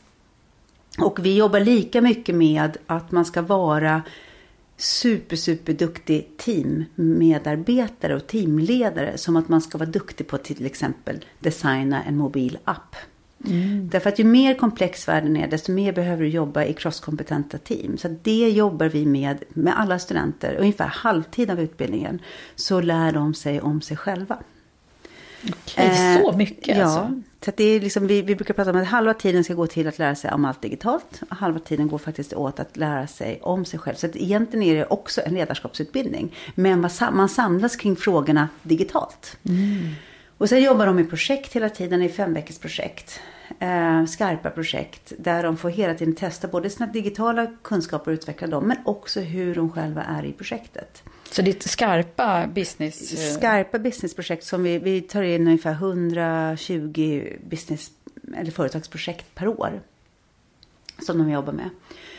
Och vi jobbar lika mycket med att man ska vara super, super duktig teammedarbetare och teamledare som att man ska vara duktig på till exempel designa en mobil app. Mm. Därför att ju mer komplex världen är desto mer behöver du jobba i crosskompetenta team. Så det jobbar vi med med alla studenter. Ungefär halvtid av utbildningen så lär de sig om sig själva. Okej, eh, så mycket ja, alltså. Så att det är liksom, vi, vi brukar prata om att halva tiden ska gå till att lära sig om allt digitalt. Och halva tiden går faktiskt åt att lära sig om sig själv. Så att egentligen är det också en ledarskapsutbildning. Men man samlas kring frågorna digitalt. Mm. Och sen jobbar de i projekt hela tiden, i fem veckors projekt. Eh, skarpa projekt. Där de får hela tiden testa både sina digitala kunskaper och utveckla dem. Men också hur de själva är i projektet. Så det är ett skarpa business... Skarpa businessprojekt som vi, vi tar in ungefär hundratjugo business eller företagsprojekt per år. Som de jobbar med.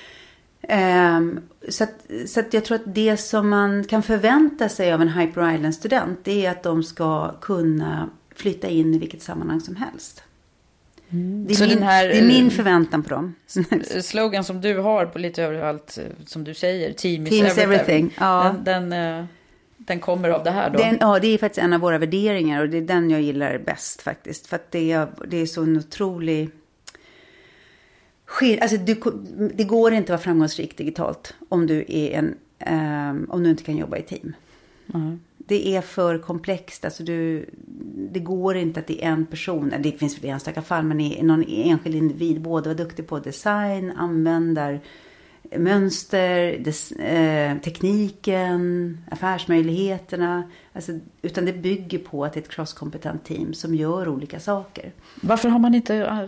Um, så att, så att jag tror att det som man kan förvänta sig av en Hyper Island-student, det är att de ska kunna flytta in i vilket sammanhang som helst. Mm. Det, är min, här, det är min förväntan på dem. Slogan som du har på lite överallt, som du säger, team is team everything. everything. Ja. Den, den, den kommer av det här då? Den, ja, det är faktiskt en av våra värderingar och det är den jag gillar bäst faktiskt. För att det är, det är så en otrolig... Alltså, du, det går inte att vara framgångsrik digitalt om du, är en, um, om du inte kan jobba i team. Mm. Det är för komplext. Alltså du, det går inte att det är en person, det finns väl enstaka fall, men är någon enskild individ både var duktig på design, användar mönster, des, eh, tekniken, affärsmöjligheterna. Alltså, utan det bygger på att det är ett crosskompetent team som gör olika saker. Varför har man inte... Uh...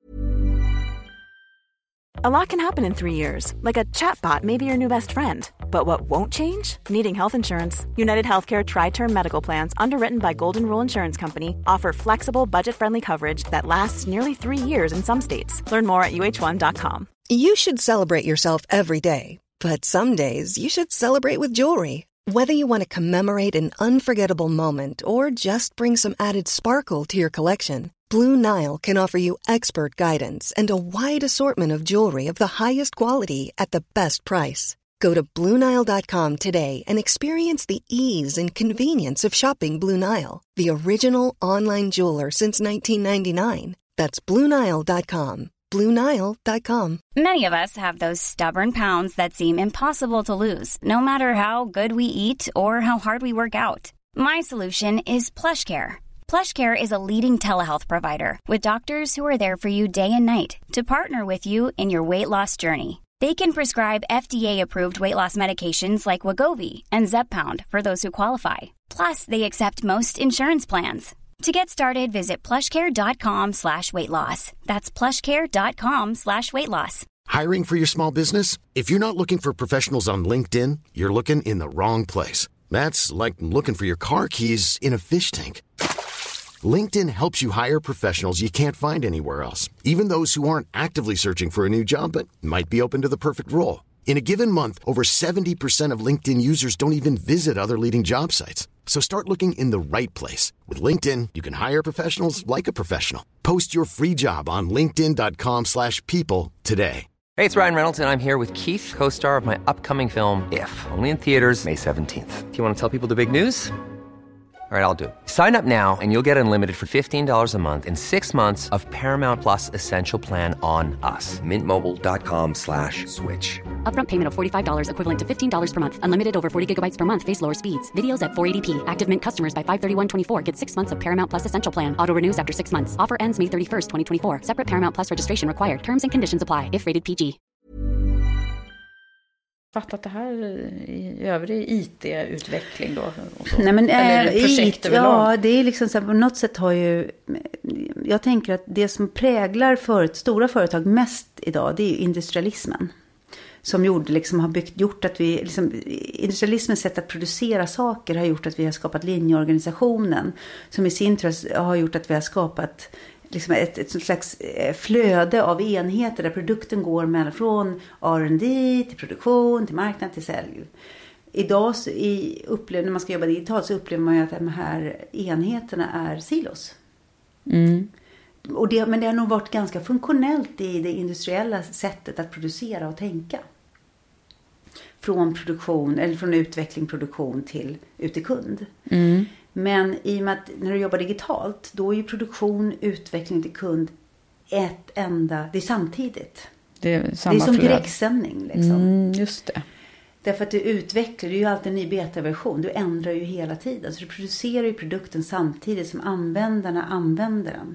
A lot can happen in three years, like a chatbot may be your new best friend. But what won't change? Needing health insurance. United Healthcare Tri-Term Medical Plans, underwritten by Golden Rule Insurance Company, offer flexible, budget-friendly coverage that lasts nearly three years in some states. Learn more at U H one dot com. You should celebrate yourself every day, but some days you should celebrate with jewelry. Whether you want to commemorate an unforgettable moment or just bring some added sparkle to your collection, Blue Nile can offer you expert guidance and a wide assortment of jewelry of the highest quality at the best price. Go to Blue Nile dot com today and experience the ease and convenience of shopping Blue Nile, the original online jeweler since nineteen ninety-nine. That's Blue Nile dot com. Blue Nile dot com. Many of us have those stubborn pounds that seem impossible to lose, no matter how good we eat or how hard we work out. My solution is PlushCare. PlushCare is a leading telehealth provider with doctors who are there for you day and night to partner with you in your weight loss journey. They can prescribe F D A-approved weight loss medications like Wegovy and Zepbound for those who qualify. Plus, they accept most insurance plans. To get started, visit plushcare.com slash weight loss. That's plushcare.com slash weight loss. Hiring for your small business? If you're not looking for professionals on LinkedIn, you're looking in the wrong place. That's like looking for your car keys in a fish tank. LinkedIn helps you hire professionals you can't find anywhere else, even those who aren't actively searching for a new job but might be open to the perfect role. In a given month, over seventy percent of LinkedIn users don't even visit other leading job sites. So start looking in the right place. With LinkedIn, you can hire professionals like a professional. Post your free job on linkedin dot com slash people today. Hey, it's Ryan Reynolds, and I'm here with Keith, co-star of my upcoming film, If, only in theaters May seventeenth. Do you want to tell people the big news? All right, I'll do it. Sign up now and you'll get unlimited for fifteen dollars a month and six months of Paramount Plus Essential Plan on us. Mint Mobile dot com slash switch. Upfront payment of forty-five dollars equivalent to fifteen dollars per month. Unlimited over forty gigabytes per month. Face lower speeds. Videos at four eighty p. Active Mint customers by five thirty-one twenty-four get six months of Paramount Plus Essential Plan. Auto renews after six months. Offer ends May thirty-first, twenty twenty-four. Separate Paramount Plus registration required. Terms and conditions apply if rated P G. Fattat det här i övrig I T-utveckling då? Och så. Nej, men Eller äh, projekt I, överlag? ja, det är liksom så här, på något sätt har ju, jag tänker att det som präglar för stora företag mest idag, det är ju industrialismen. Som gjorde, liksom, har byggt, gjort att vi, liksom, industrialismens sätt att producera saker har gjort att vi har skapat linjeorganisationen. Som i sin tur har gjort att vi har skapat liksom ett, ett slags flöde av enheter där produkten går mellan från R and D till produktion, till marknad, till sälj. Idag så i upplever, när man ska jobba digitalt så upplever man ju att de här enheterna är silos. Mm. Och det, men det har nog varit ganska funktionellt i det industriella sättet att producera och tänka. Från produktion, eller från utveckling, produktion till ut till kund. Mm. Men i och med att när du jobbar digitalt, då är ju produktion, utveckling till kund ett enda, det är samtidigt. Det är, samma det är som flöd. direktsändning liksom. Mm, just det. Därför att du utvecklar, det är ju alltid en ny betaversion, du ändrar ju hela tiden. Så du producerar ju produkten samtidigt som användarna använder den.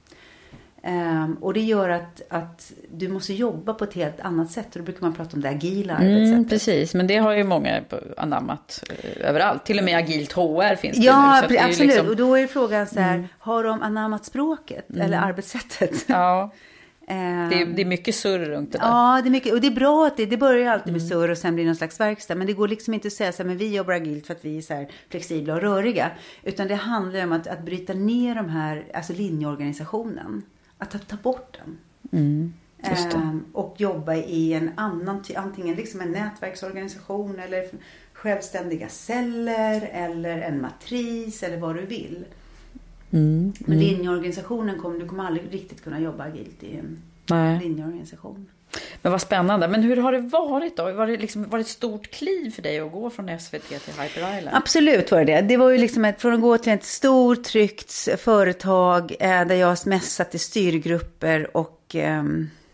Um, och det gör att, att du måste jobba på ett helt annat sätt. Och då brukar man prata om det agila arbetssättet. Mm, precis, men det har ju många anammat eh, överallt. Till och med agilt H R finns det ja, nu. Så Ja, absolut. Liksom... Och då är frågan så här, mm. har de anammat språket mm. eller arbetssättet? Ja, um, det är, det är mycket surr runt det där. Ja, det är mycket. Och det är bra att det, det börjar alltid med surr och sen blir det någon slags verkstad. Men det går liksom inte att säga så här, men vi jobbar agilt för att vi är så här flexibla och röriga. Utan det handlar om att, att bryta ner de här, alltså linjeorganisationen. Att ta, ta bort den. Mm, just det. Ehm, och jobba i en annan, antingen liksom en nätverksorganisation eller självständiga celler eller en matris eller vad du vill. Mm, Men mm. linjeorganisationen kommer, du kommer aldrig riktigt kunna jobba agilt i en Nej. linjeorganisation. Men vad spännande. Men hur har det varit då? Var det, liksom, var det ett stort kliv för dig att gå från S V T till Hyper Island? Absolut var det det. Det var ju liksom ett, från att gå till ett stort, tryggt företag eh, där jag mest satt i styrgrupper och eh,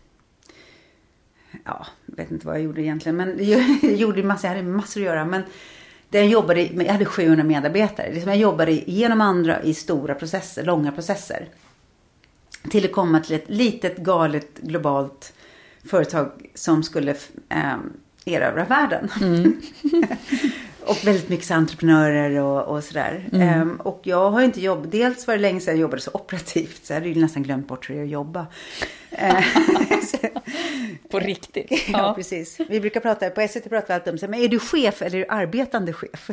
ja, jag vet inte vad jag gjorde egentligen, men jag gjorde massor, jag hade massor att göra, men där jag jobbade, jag hade sjuhundra medarbetare. Liksom jag jobbade genom andra i stora processer, långa processer. Till att komma till ett litet, galet, globalt företag som skulle eh, erövra världen. Mm. Och väldigt mycket entreprenörer och, och sådär. Mm. Um, och jag har inte jobbat, dels var det länge sedan jag jobbade så operativt, så jag hade ju nästan glömt bort hur jag jobbar. På riktigt? Ja, ja, precis. Vi brukar prata, på S V T pratar vi alltid om, så, men är du chef eller är du arbetande chef?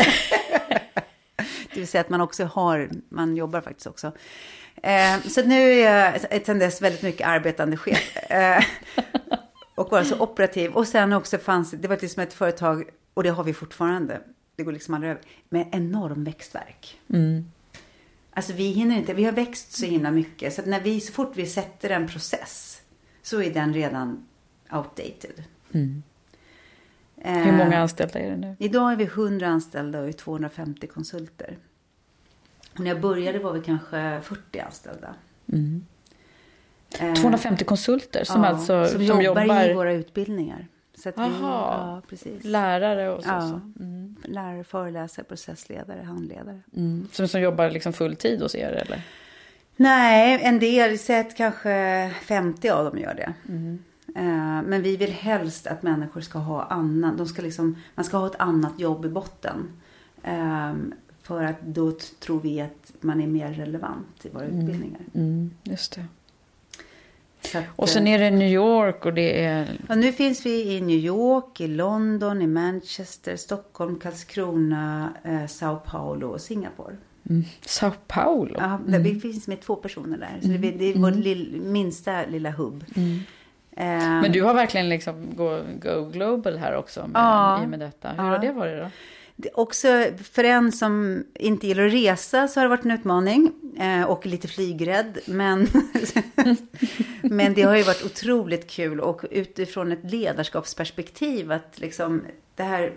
Det vill säga att man också har, man jobbar faktiskt också. Eh, så nu är jag sedan dess väldigt mycket arbetande chef. Eh, och var så operativ. Och sen också fanns, det var liksom ett företag, och det har vi fortfarande, det går liksom aldrig över, med enorm växtverk. Mm. Alltså vi hinner inte, vi har växt så himla mycket. Så att när vi, så fort vi sätter en process, så är den redan outdated. Mm. Eh, Hur många anställda är det nu? Idag är vi hundra anställda och tvåhundrafemtio konsulter. Och när jag började var vi kanske fyrtio anställda. Mm. tvåhundrafemtio konsulter som ja, alltså som, som jobbar, jobbar i våra utbildningar. Så att vi, ja, precis. Lärare och så. Ja, så. Mm. lärare, föreläsare, processledare, handledare. Mm. Som, som jobbar liksom full tid hos er eller? Nej, en del, sett kanske femtio av dem gör det. Mm. Uh, men vi vill helst att människor ska ha annan, de ska liksom, man ska ha ett annat jobb i botten. Um, För att då t- tror vi att man är mer relevant i våra mm. utbildningar. Mm, just det. Så att, och sen är det New York och det är... Och nu finns vi i New York, i London, i Manchester, Stockholm, Karlskrona, eh, Sao Paulo och Singapore. Mm. Sao Paulo? Ja, mm. det finns med två personer där. Så mm. det, det är vår mm. lill, minsta lilla hubb. Mm. Um, Men du har verkligen liksom go, go global här också med, ja, i med detta. Hur ja. har det varit då? Det, också för en som inte gillar att resa så har det varit en utmaning. Eh, och lite flygrädd. Men, men det har ju varit otroligt kul. Och utifrån ett ledarskapsperspektiv att liksom det här...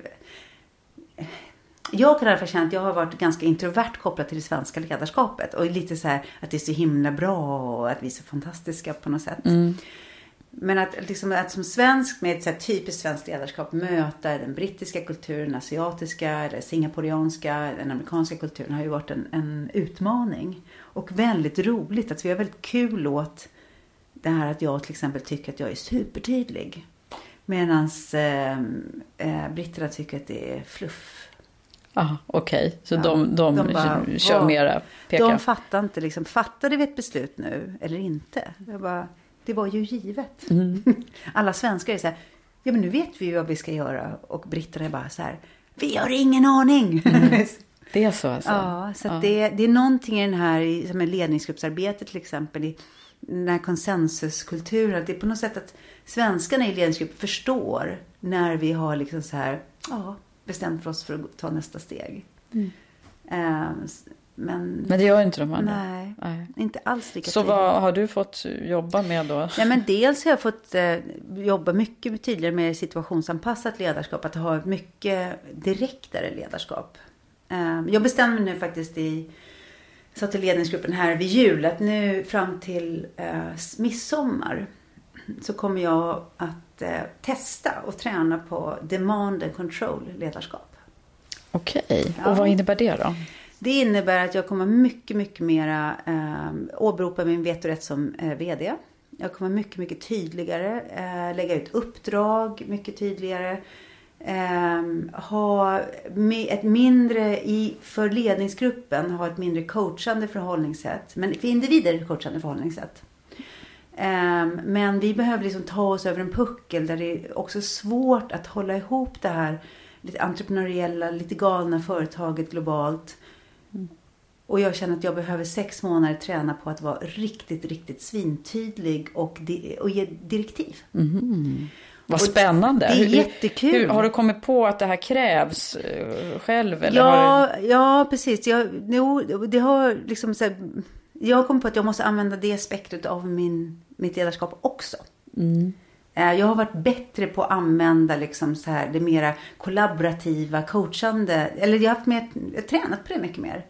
Jag kan i alla fall känna att jag har varit ganska introvert kopplad till det svenska ledarskapet. Och lite så här att det är så himla bra och att vi är så fantastiska på något sätt. Mm. Men att, liksom, att som svensk med ett så här typiskt svenskt ledarskap möta den brittiska kulturen, den asiatiska, eller singaporianska, den amerikanska kulturen har ju varit en, en utmaning. Och väldigt roligt att vi har väldigt kul åt det här att jag till exempel tycker att jag är supertydlig. Medan eh, eh, britterna tycker att det är fluff. Ah, okej. Okay. Så ja, de, de, de bara, kör vad, mera peka. De fattar inte liksom, fattade vi ett beslut nu eller inte? Det var, det var ju givet. Mm. Alla svenskar är så här, ja men nu vet vi ju vad vi ska göra. Och britterna är bara så här, vi har ingen aning. Mm. Det är så alltså? Ja, så ja. Det, det är någonting i den här, som är ledningsgruppsarbete till exempel, i den här konsensuskulturen. Det är på något sätt att svenskarna i ledningsgrupp förstår när vi har liksom så här, ja, bestämt för oss för att ta nästa steg. Mm. Um, men, men det gör inte de andra? Nej, nej. Inte alls lika Så tydligt. Vad har du fått jobba med då? Ja, men dels har jag fått eh, jobba mycket tydligare med situationsanpassat ledarskap. Att ha mycket direktare ledarskap. Um, jag bestämmer nu faktiskt i sa till ledningsgruppen här vid jul att nu fram till eh, midsommar så kommer jag att eh, testa och träna på demand and control ledarskap. Okej, okay. Ja. Och vad innebär det då? Det innebär att jag kommer mycket, mycket mera eh, åberopa min vetorätt som eh, vd. Jag kommer mycket, mycket tydligare eh, lägga ut uppdrag, mycket tydligare. Eh, ha ett mindre i, för ledningsgruppen ha ett mindre coachande förhållningssätt. Men för individer coachande förhållningssätt. Eh, men vi behöver liksom ta oss över en puckel där det är också svårt att hålla ihop det här lite entreprenöriella, lite galna företaget globalt. Mm. Och jag känner att jag behöver sex månader träna på att vara riktigt, riktigt svintydlig och, di- och ge direktiv. Mm. Vad spännande. Det är jättekul. Hur, har du kommit på att det här krävs uh, själv? Eller ja, har du... ja, precis. Jag, no, det har liksom så här, jag har kommit på att jag måste använda det spektrat av min, mitt ledarskap också. Mm. Jag har varit bättre på att använda liksom så här, det mera kollaborativa, coachande. Eller jag har haft mer, jag har tränat på det mycket mer.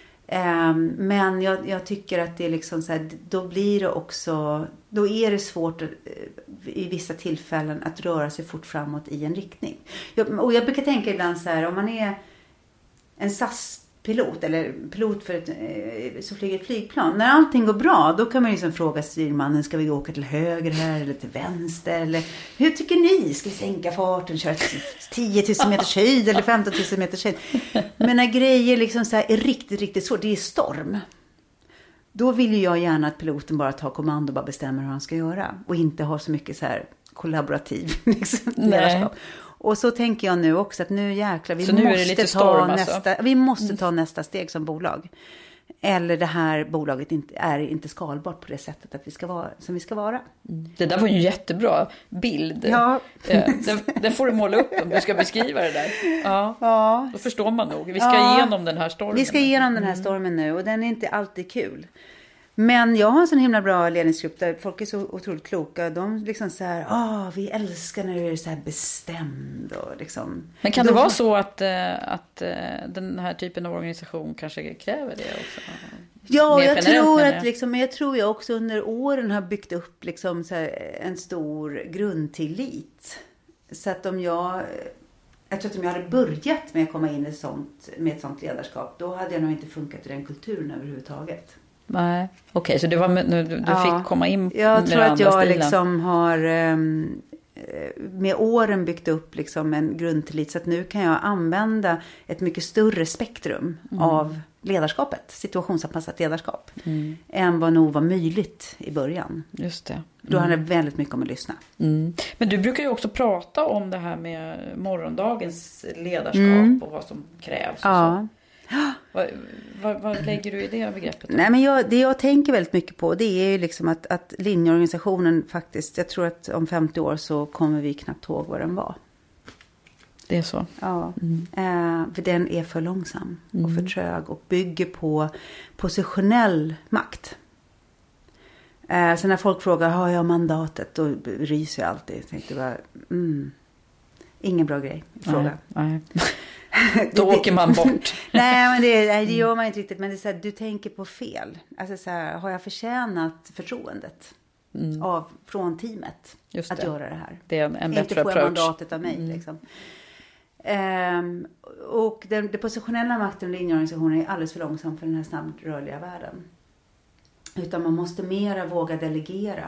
Um, men jag, jag tycker att det är liksom så här, då blir det också, då är det svårt i vissa tillfällen att röra sig fort framåt i en riktning. Jag, och jag brukar tänka ibland så här, om man är en S A S-pilot eller pilot för ett, så flyger ett flygplan. När allting går bra, då kan man liksom fråga styrmannen, ska vi åka till höger här eller till vänster? Eller hur tycker ni? Ska vi sänka farten, köra tio tusen meters höjd eller femton tusen meters höjd? Men när grejer liksom så här är riktigt, riktigt svårt, det är storm. Då vill ju jag gärna att piloten bara tar kommando och bara bestämmer hur han ska göra. Och inte ha så mycket så här kollaborativ liksom, ledarskap. Och så tänker jag nu också att nu jäklar, vi, måste, storm, ta alltså. nästa, vi måste ta nästa steg som bolag. Eller det här bolaget inte, är inte skalbart på det sättet att vi ska vara, som vi ska vara. Mm. Det där var ju en jättebra bild. Ja. Den, den får du måla upp om du ska beskriva det där. Ja. Ja. Då förstår man nog. Vi ska ja. igenom den här stormen. Vi ska igenom den här stormen nu och den är inte alltid kul. Men jag har en sån himla bra ledningsgrupp där folk är så otroligt kloka. De liksom så här, ah, vi älskar när du är så här bestämd och liksom. Men kan det vara så att, att den här typen av organisation kanske kräver det också? Ja, mer jag tror jag. att liksom, men jag tror jag också under åren har byggt upp liksom så här en stor grundtillit. Så att om jag Jag tror att om jag hade börjat med att komma in i sånt, med ett sånt ledarskap, då hade jag nog inte funkat i den kulturen överhuvudtaget. Nej, okej, okay, så det var med, du, du ja, fick komma in med jag tror att jag stilen. liksom har um, med åren byggt upp liksom en grundtillit, så att nu kan jag använda ett mycket större spektrum mm. av ledarskapet, situationsanpassat ledarskap, mm. än vad nog var möjligt i början. Just det. Mm. Då handlar det väldigt mycket om att lyssna. Mm. Men du brukar ju också prata om det här med morgondagens ledarskap mm. och vad som krävs. Och ja. så. Vad, vad, vad lägger du i det begreppet då? Nej, men jag, det jag tänker väldigt mycket på, det är ju liksom att, att linjeorganisationen faktiskt, jag tror att om femtio år så kommer vi knappt ihåg vad den var. Det är så. Ja, mm. eh, för den är för långsam mm. och för trög och bygger på positionell makt. Eh, så när folk frågar, har jag mandatet? Då ryser jag alltid. Jag tänkte bara, mm, ingen bra grej. Fråga. Nej, nej. Då åker man bort. nej, men det, nej, det gör man inte riktigt. Men det är så här, du tänker på fel. Alltså så här, har jag förtjänat förtroendet mm. av, från teamet Just att det. göra det här? Det är en, en bättre inte får approach. Jag mandatet av mig. Mm. Liksom. Um, och den, den positionella makten i linjeorganisationen är alldeles för långsam för den här snabbrörliga världen. Utan man måste mera våga delegera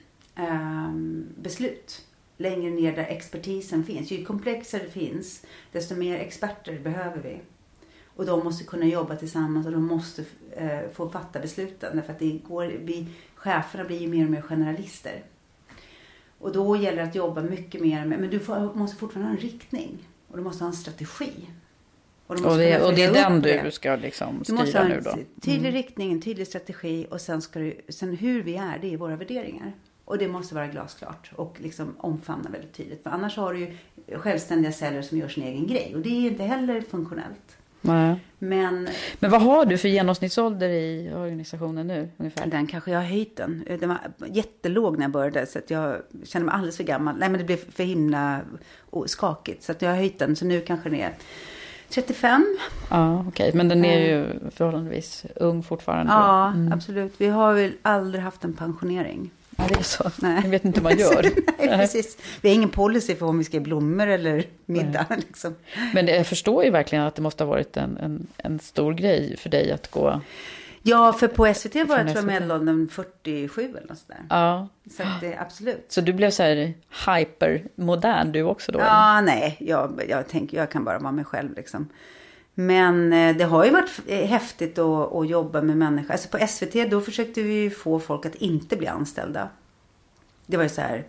um, beslut längre ner där expertisen finns. Ju komplexare det finns, desto mer experter behöver vi. Och de måste kunna jobba tillsammans och de måste uh, få fatta besluten. Därför att det går, vi, cheferna blir ju mer och mer generalister. Och då gäller det att jobba mycket mer med, men du får, måste fortfarande ha en riktning. Och du måste ha en strategi. Och, och, det, och det är den du ska liksom styra nu då. Du måste ha en nu då. tydlig mm. riktning, en tydlig strategi. Och sen, ska du, sen hur vi är, det är våra värderingar. Och det måste vara glasklart. Och liksom omfamna väldigt tydligt. För annars har du ju självständiga celler som gör sin egen grej. Och det är inte heller funktionellt. Nej. Men, Men vad har du för genomsnittsålder i organisationen nu ungefär? Den kanske jag har höjt den. Den var jättelåg när jag började så att jag kände mig alldeles för gammal. Nej men det blev för himla skakigt så att jag har höjt den. Så nu kanske den är trettiofem. Ja okej, okay. Men den är ju förhållandevis ung fortfarande. Ja mm. absolut. Vi har väl aldrig haft en pensionering. Ja, det är så. Nej. Jag vet inte vad man gör. Nej, precis. Vi har ingen policy för om vi ska ge blommor eller middag. Liksom. Men jag förstår ju verkligen att det måste ha varit en, en, en stor grej för dig att gå... Ja, för på S V T var jag tror jag medelåldern fyrtiosju eller något sådär. Ja. Så att det, absolut. Så du blev så här hypermodern du också då? Ja, eller? nej. Jag, jag tänker, jag kan bara vara mig själv liksom. Men det har ju varit häftigt att, att jobba med människor. Alltså på S V T då försökte vi få folk att inte bli anställda. Det var ju så här.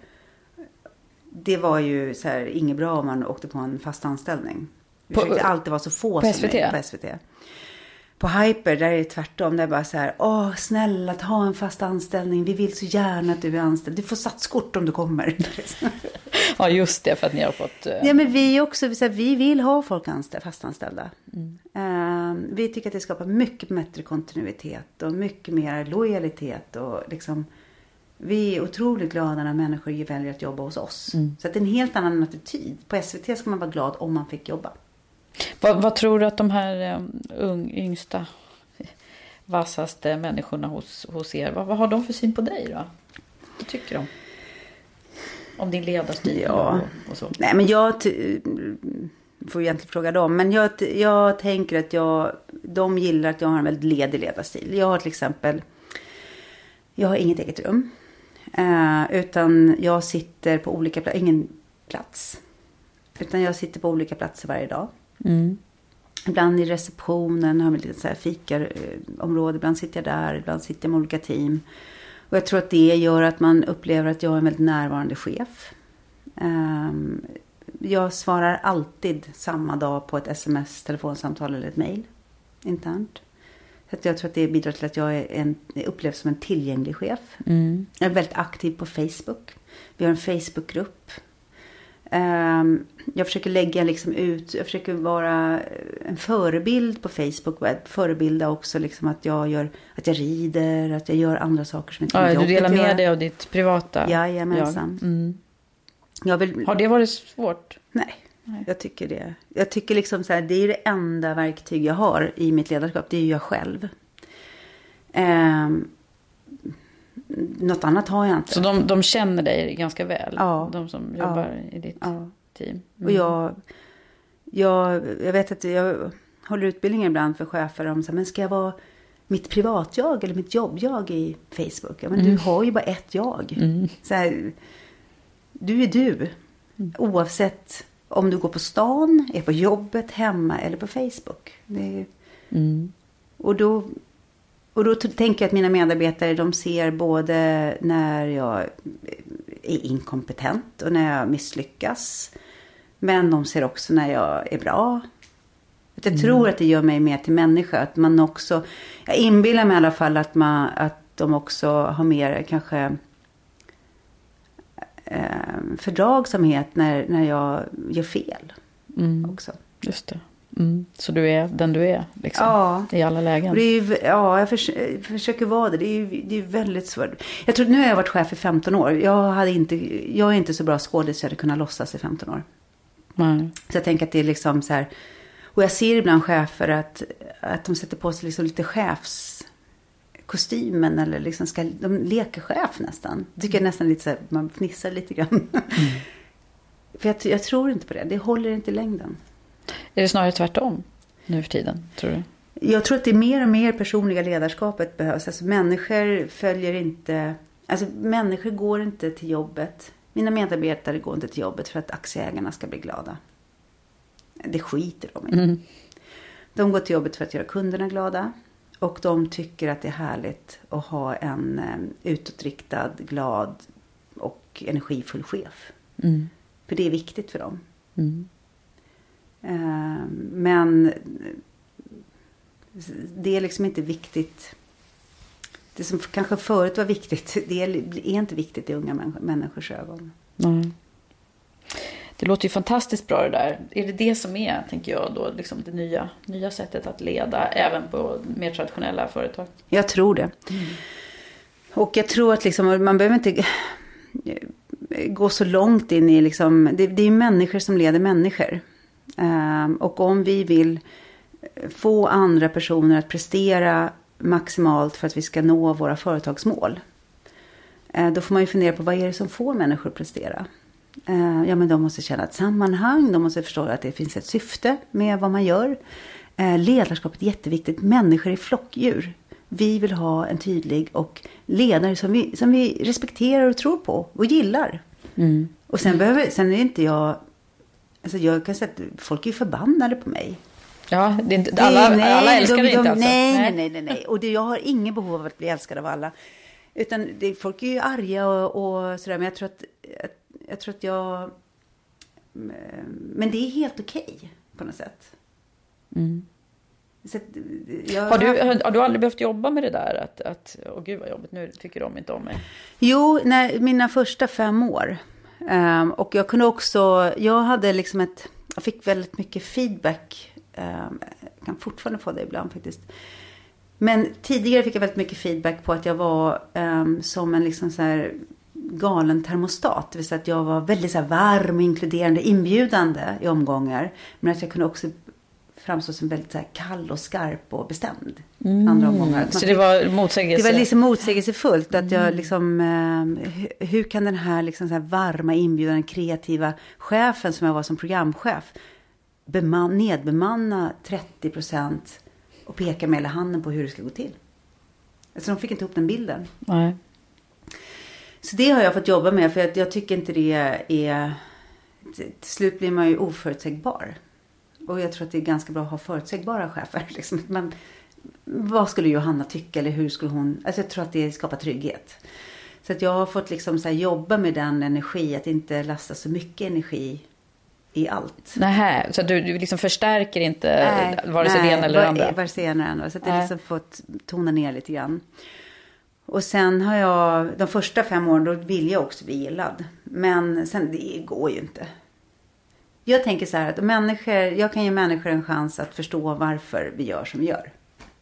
Det var ju så här inget bra om man åkte på en fast anställning. Vi försökte på, alltid vara så få på som S V T? Är på S V T. På Hyper där är det tvärtom. Där är bara så här. Åh snälla att ha en fast anställning. Vi vill så gärna att du är anställd. Du får satskort om du kommer. Ja just det för att ni har fått... Uh... Ja men vi också. Så här, vi vill ha folk anställ, fastanställda. Mm. Uh, vi tycker att det skapar mycket bättre kontinuitet. Och mycket mer lojalitet. Och liksom... Vi är otroligt glada när människor väljer att jobba hos oss. Mm. Så att det är en helt annan attityd. På S V T ska man vara glad om man fick jobba. Vad, vad tror du att de här um, ung, yngsta, vassaste människorna hos, hos er, vad, vad har de för syn på dig då? Vad tycker de? Om din ledarstil ja. och, och så. Nej men jag t- får egentligen fråga dem. Men jag, jag tänker att jag, de gillar att jag har en väldigt ledig ledarstil. Jag har till exempel, jag har inget eget rum. Uh, utan jag sitter på olika platser, ingen plats. Utan jag sitter på olika platser varje dag. Mm. Ibland i receptionen har vi lite så här fikarområde. Ibland sitter jag där, ibland sitter jag med olika team. Och jag tror att det gör att man upplever att jag är en väldigt närvarande chef. Um, jag svarar alltid samma dag på ett sms, telefonsamtal eller ett mejl internt. Så att jag tror att det bidrar till att jag är en, upplevs som en tillgänglig chef. Mm. Jag är väldigt aktiv på Facebook. Vi har en Facebookgrupp. Um, jag försöker lägga liksom ut, jag försöker vara en förebild på Facebook. Förebilda också liksom att jag gör, att jag rider, att jag gör andra saker som inte är ja, jobbigt. Du delar med dig av ditt privata. Jajamensan. Jag. Mm. Jag vill... Har det varit svårt? Nej. Nej, jag tycker det. Jag tycker liksom så här, det är det enda verktyg jag har i mitt ledarskap. Det är ju jag själv. Um, något annat har jag inte. Så de, de känner dig ganska väl? Ja. De som jobbar ja. i ditt ja. team? Mm. Och jag, jag, jag vet att jag håller utbildning ibland för chefer om så här, men ska jag vara mitt privatjag eller mitt jobbjag i Facebook? Ja, men mm. du har ju bara ett jag. Mm. Så här, du är du. Mm. Oavsett om du går på stan, är på jobbet, hemma eller på Facebook. Det är, mm. Och då... Och då tänker jag att mina medarbetare, de ser både när jag är inkompetent och när jag misslyckas. Men de ser också när jag är bra. Jag mm. tror att det gör mig mer till människa. Att man också, jag inbillar mig i alla fall att, man, att de också har mer kanske eh, fördragsamhet när, när jag gör fel. mm. också. Just det. Mm. Så du är den du är liksom, ja. i alla lägen. Det är ju, ja, jag förs- försöker vara det. Det är ju det är väldigt svårt. Jag tror, nu har jag varit chef i femton år. Jag, hade inte, jag är inte så bra skådespelare så jag hade kunnat låtsas i femton år. Mm. Så jag tänker att det är liksom så här. Och jag ser ibland chefer att, att de sätter på sig liksom lite chefskostymen. Eller liksom ska, de leker chef nästan. Det tycker jag nästan lite så här, man fnissar lite grann. Mm. För jag, jag tror inte på det. Det håller inte i längden. Är det snarare tvärtom nu för tiden, tror du? Jag tror att det är mer och mer personliga ledarskapet behövs. Alltså människor följer inte... Alltså människor går inte till jobbet. Mina medarbetare går inte till jobbet för att aktieägarna ska bli glada. Det skiter de i. Mm. De går till jobbet för att göra kunderna glada. Och de tycker att det är härligt att ha en utåtriktad, glad och energifull chef. Mm. För det är viktigt för dem. Mm. Men det är liksom inte viktigt. Det som kanske förut var viktigt, det är inte viktigt i unga människors ögon. Mm. Det låter ju fantastiskt bra det där. Är det det som är, tänker jag då, liksom det nya, nya sättet att leda även på mer traditionella företag? Jag tror det. Mm. Och jag tror att liksom, man behöver inte gå så långt in i liksom, det, det är människor som leder människor. Um, och om vi vill få andra personer att prestera maximalt för att vi ska nå våra företagsmål, uh, då får man ju fundera på vad är det som får människor att prestera. Uh, ja, men de måste känna ett sammanhang, de måste förstå att det finns ett syfte med vad man gör. Uh, ledarskapet är jätteviktigt. Människor är flockdjur. Vi vill ha en tydlig och ledare som vi, som vi respekterar och tror på och gillar. Mm. Och sen, behöver, sen är inte jag... Alltså jag kan säga att folk är förbannade på mig. Ja, det är inte, alla, det, nej, alla älskar de, de, inte alltså. Nej, nej, nej, nej, nej. Och det, jag har ingen behov av att bli älskad av alla. Utan det, folk är ju arga och, och sådär. Men jag tror att jag, jag tror att jag... Men det är helt okej på något sätt. Mm. Så att jag, har, du, har, har du aldrig behövt jobba med det där? Att, att åh gud vad jobbigt, nu tycker de inte om mig. Jo, när, mina första fem år... Um, och jag kunde också, jag hade liksom ett, jag fick väldigt mycket feedback, um, jag kan fortfarande få det ibland faktiskt. Men tidigare fick jag väldigt mycket feedback på att jag var um, som en liksom så här galen termostat. Det vill säga att jag var väldigt så här varm, inkluderande, inbjudande i omgångar. Men att jag kunde också framstå som väldigt så här kall och skarp och bestämd. Mm. Andra omgångar. Så det var motsägelse? Det var liksom motsägelsefullt. Att jag liksom, eh, hur, hur kan den här, liksom så här varma, inbjudande, kreativa chefen som jag var som programchef beman, nedbemanna trettio procent och peka med hela handen på hur det ska gå till. Alltså de fick inte ihop den bilden. Nej. Så det har jag fått jobba med, för jag, jag tycker inte det är... Till slut blir man ju oförutsägbar. Och jag tror att det är ganska bra att ha förutsägbara chefer. Liksom. Men vad skulle Johanna tycka, eller hur skulle hon... Alltså jag tror att det skapar trygghet. Så att jag har fått liksom så här jobba med den energi, att inte lasta så mycket energi i allt. Nähä, så du, du liksom förstärker inte nej, vare sig det ena eller det andra? Nej, vare sig det ena eller andra. Så att jag har liksom fått tona ner lite grann. Och sen har jag, de första fem åren, då vill jag också bli gillad. Men sen, det går ju inte. Jag tänker så här att människor, jag kan ge människor en chans att förstå varför vi gör som vi gör.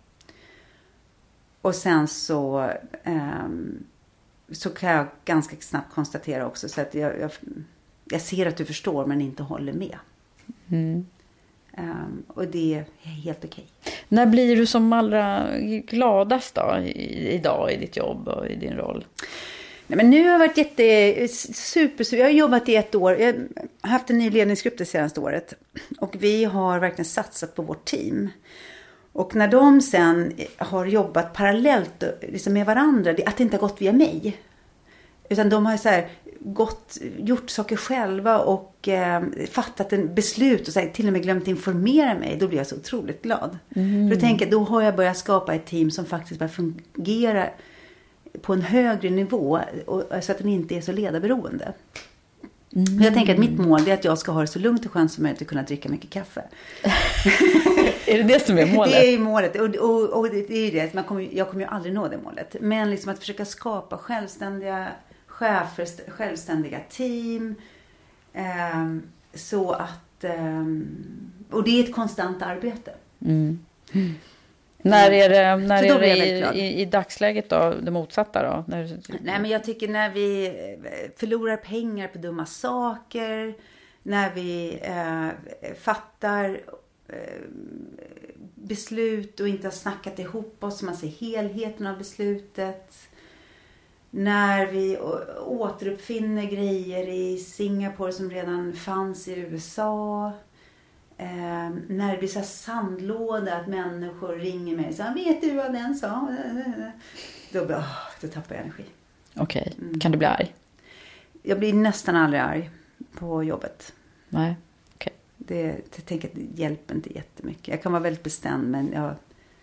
Och sen så, um, så kan jag ganska snabbt konstatera också så att jag, jag, jag ser att du förstår men inte håller med. Mm. Um, och det är helt okej. När blir du som allra gladast då, i, idag i ditt jobb och i din roll? Nej, men nu har jag varit jätte, super, super, jag har jobbat i ett år. Jag har haft en ny ledningsgrupp det senaste året. Och vi har verkligen satsat på vårt team. Och när de sen har jobbat parallellt liksom med varandra, att det inte har gått via mig. Utan de har så här gått, gjort saker själva och eh, fattat en beslut och så här, till och med glömt informera mig. Då blir jag så otroligt glad. Mm. För jag tänker, då har jag börjat skapa ett team som faktiskt börjar fungera på en högre nivå, och, så att den inte är så ledarberoende. Mm. Jag tänker att mitt mål är att jag ska ha det så lugnt och skönt som möjligt att kunna dricka mycket kaffe. Är det det som är målet? Det är målet. Och, och, och det är det. Man kommer, jag kommer ju aldrig nå det målet. Men liksom att försöka skapa självständiga chefer, självständiga team. Eh, så att att, och det är ett konstant arbete. Mm. Mm. När är det, när Så är det i, i, i dagsläget då, det motsatta då? När... Nej, men jag tycker när vi förlorar pengar på dumma saker, när vi eh, fattar eh, beslut och inte har snackat ihop oss, man ser helheten av beslutet. När vi återuppfinner grejer i Singapore som redan fanns i U S A. Eh, när det blir så här sandlåda att människor ringer mig och säger, vet du vad den sa? Då, då, då tappar jag energi. Okej, okay. mm. Kan du bli arg? Jag blir nästan aldrig arg på jobbet. Nej, okej. Okay. Det, jag tänker att det hjälper inte jättemycket. Jag kan vara väldigt bestämd, men jag,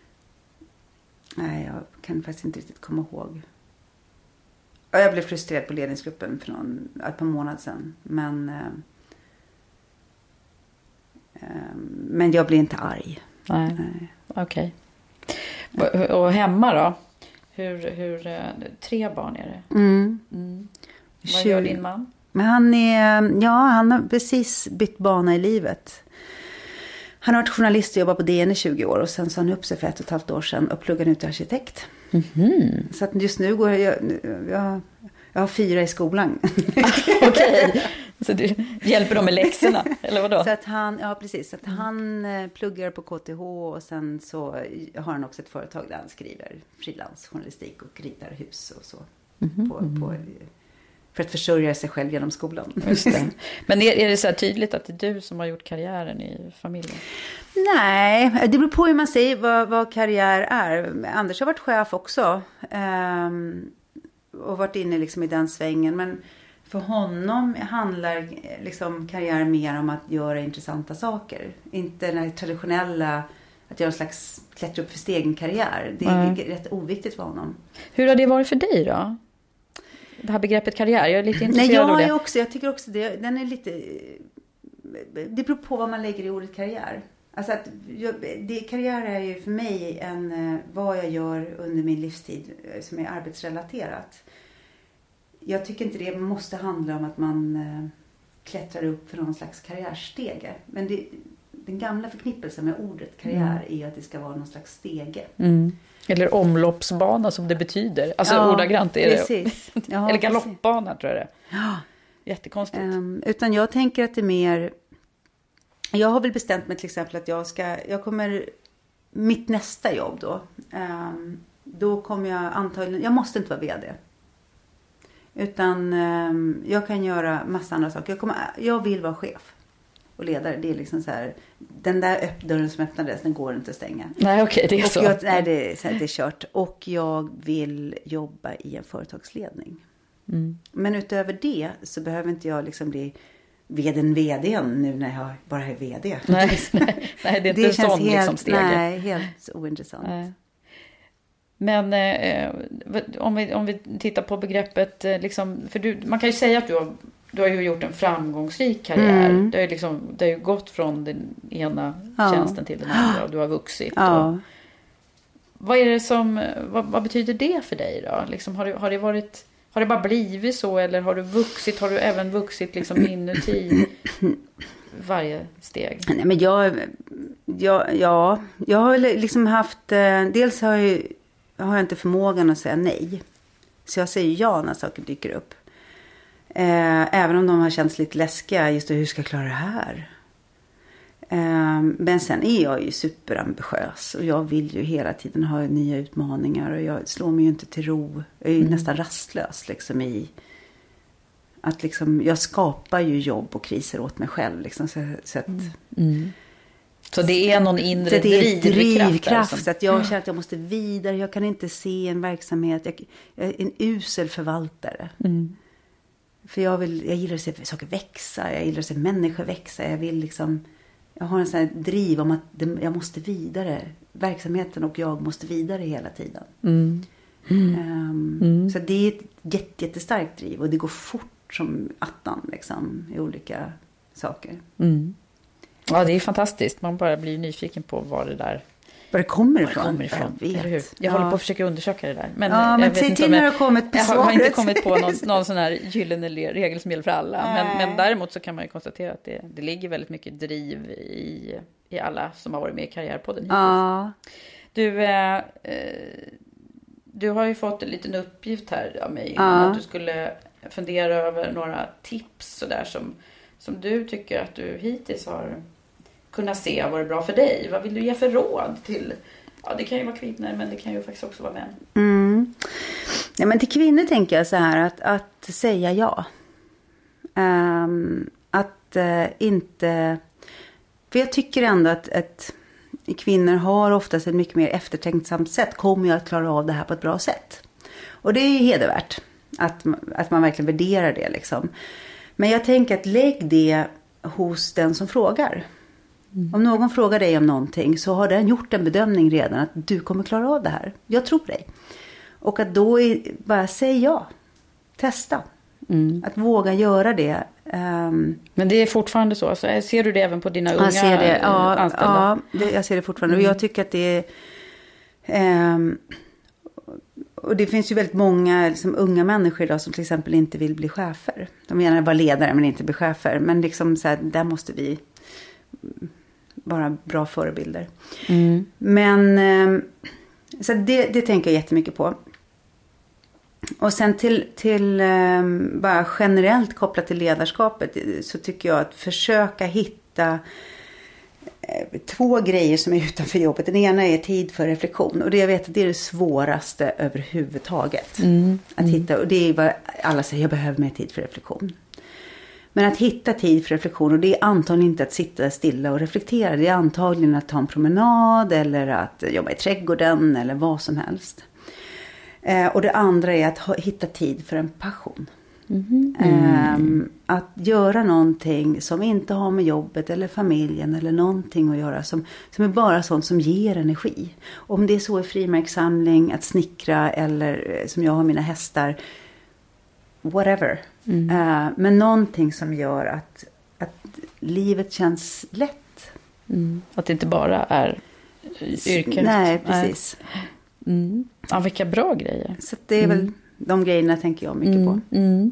nej, jag kan faktiskt inte riktigt komma ihåg. Jag blev frustrerad på ledningsgruppen för någon, ett par månader sedan. Men, eh, eh, men jag blir inte arg. Nej, nej. Okej. Okay. Och hemma då? Hur, hur, tre barn är det? Mm. Mm. Vad gör din man? Men han är, ja, han har precis bytt bana i livet. Han har varit journalist och jobbat på D N i tjugo år. Och sen sa han upp sig för ett och ett halvt år sedan och pluggade ut till arkitekt. Mm-hmm. Så att just nu går jag, jag, jag har fyra i skolan. Okej, okay. Så du hjälper dem med läxorna, eller vadå? Så att han, ja precis, så att han pluggar på K T H och sen så har han också ett företag där han skriver frilansjournalistik och ritar hus och så. Mm-hmm. På, på, för att försörja sig själv genom skolan. Just det. Men är, är det så här tydligt att det är du som har gjort karriären i familjen? Nej, det beror på hur man säger vad, vad karriär är. Anders har varit chef också. Um, och varit inne liksom i den svängen. Men för honom handlar liksom karriär mer om att göra intressanta saker. Inte den här traditionella, att göra en slags klättra upp för stegen karriär. Det är mm. rätt oviktigt för honom. Hur har det varit för dig då? Det här begreppet karriär, jag är lite intresserad Nej, jag av det. Är också, jag tycker också det, den är lite, det beror på vad man lägger i ordet karriär. Alltså att jag, det, karriär är ju för mig en, vad jag gör under min livstid som är arbetsrelaterat. Jag tycker inte det måste handla om att man klättrar upp för någon slags karriärstege. Men det, den gamla förknippelsen med ordet karriär mm. är att det ska vara någon slags stege. Mm. Eller omloppsbana som det betyder. Alltså ja, ordagrant är precis. det. Ja, eller galoppbana tror jag det. Ja. Jättekonstigt. Um, utan jag tänker att det är mer... Jag har väl bestämt mig till exempel att jag ska... Jag kommer... Mitt nästa jobb då. Um, då kommer jag antagligen... Jag måste inte vara vd. Utan um, jag kan göra massa andra saker. Jag, kommer, jag vill vara chef. Och ledare, det är liksom så här, den där dörren som öppnades, den går inte att stänga. Nej, okej, okay, det är och så. Jag, nej, det är, så här, det är kört. Och jag vill jobba i en företagsledning. Mm. Men utöver det så behöver inte jag liksom bli vdn vdn nu när jag bara är vd. Nej, nej, nej det är inte det en sån helt, liksom steg. Nej, helt ointressant. Nej. Men eh, om, vi, om vi tittar på begreppet, eh, liksom, för du, man kan ju säga att du har... Du har ju gjort en framgångsrik karriär. Mm. Det har ju liksom, det har ju gått från den ena ja. tjänsten till den andra. Och du har vuxit. Ja. Och, vad är det som, vad, vad betyder det för dig då? Liksom, har, det, har det varit, har det bara blivit så? Eller har du vuxit? Har du även vuxit liksom inuti varje steg? Nej, men jag, jag, ja, jag har liksom haft, dels har jag, har jag inte förmågan att säga nej. Så jag säger ja när saker dyker upp. Eh, även om de har känts lite läskiga. Just det, hur ska jag klara det här? Eh, men sen är jag ju superambitiös. Och jag vill ju hela tiden ha nya utmaningar. Och jag slår mig ju inte till ro. Jag är ju mm. nästan rastlös liksom i... Att liksom, jag skapar ju jobb och kriser åt mig själv. Liksom, så, så, att, mm. så det är någon inre så det är drivkraft? drivkraft som... Så att jag känner att jag måste vidare. Jag kan inte se en verksamhet. Jag, jag är en usel förvaltare. Mm. För jag, vill, jag gillar att se saker växa. Jag gillar att se människor växa. Jag vill liksom... Jag har en sån här driv om att det, jag måste vidare. Verksamheten och jag måste vidare hela tiden. Mm. Mm. Um, mm. Så det är ett jätte, jättestarkt driv. Och det går fort som attan liksom, i olika saker. Mm. Ja, det är fantastiskt. Man bara blir nyfiken på vad det där Var det kommer ifrån? Var det kommer ifrån. Jag vet. Eller hur? Jag ja. håller på att försöka undersöka det där. Men, ja, jag men vet säg inte till när du har kommit på jag svaret. har inte kommit på någon, någon sån här gyllene regel som gäller för alla. Men, men däremot så kan man ju konstatera att det, det ligger väldigt mycket driv i, i alla som har varit med i Karriärpodden hittills. Ja. Du, eh, du har ju fått en liten uppgift här av mig. Ja. Att du skulle fundera över några tips så där som, som du tycker att du hittills har kunnat se har varit bra för dig. Vad vill du ge för råd till... Ja, det kan ju vara kvinnor, men det kan ju faktiskt också vara män. Mm. Ja, men till kvinnor tänker jag så här att, att säga ja. Um, att uh, inte... För jag tycker ändå att, att kvinnor har oftast ett mycket mer eftertänksamt sätt. Kommer jag att klara av det här på ett bra sätt? Och det är ju hedervärt att, att man verkligen värderar det liksom. Men jag tänker att lägg det hos den som frågar. Mm. Om någon frågar dig om någonting så har den gjort en bedömning redan att du kommer klara av det här. Jag tror dig. Och att då är, bara säg ja. Testa. Mm. Att våga göra det. Um, Men det är fortfarande så. Så ser du det även på dina unga jag ser det, ja, anställda? Ja, det, jag ser det fortfarande. Mm. Och jag tycker att det är... Um, och det finns ju väldigt många liksom, unga människor idag som till exempel inte vill bli chefer. De gärna vara ledare men inte bli chefer. Men liksom så här, där måste vi... vara bra förebilder. Mm. Men så det, det tänker jag jättemycket på. Och sen till, till bara generellt kopplat till ledarskapet så tycker jag att försöka hitta två grejer som är utanför jobbet. Den ena är tid för reflektion. Och det jag vet att det är det svåraste överhuvudtaget. Mm. Att hitta, och det är vad alla säger, jag behöver mer tid för reflektion. Men att hitta tid för reflektion, och det är antagligen inte att sitta stilla och reflektera. Det är antagligen att ta en promenad eller att jobba i trädgården eller vad som helst. Eh, och det andra är att ha, hitta tid för en passion. Mm. Eh, att göra någonting som inte har med jobbet eller familjen eller någonting att göra. Som, som är bara sånt som ger energi. Om det är så i frimärkssamling, att snickra eller som jag har mina hästar. Whatever. Mm. Uh, men någonting som gör att, att livet känns lätt. Mm. Att det inte bara är yrket. Nej, precis. Mm. Ja, vilka bra grejer. Så det är mm. väl de grejerna tänker jag mycket mm. på. Mm.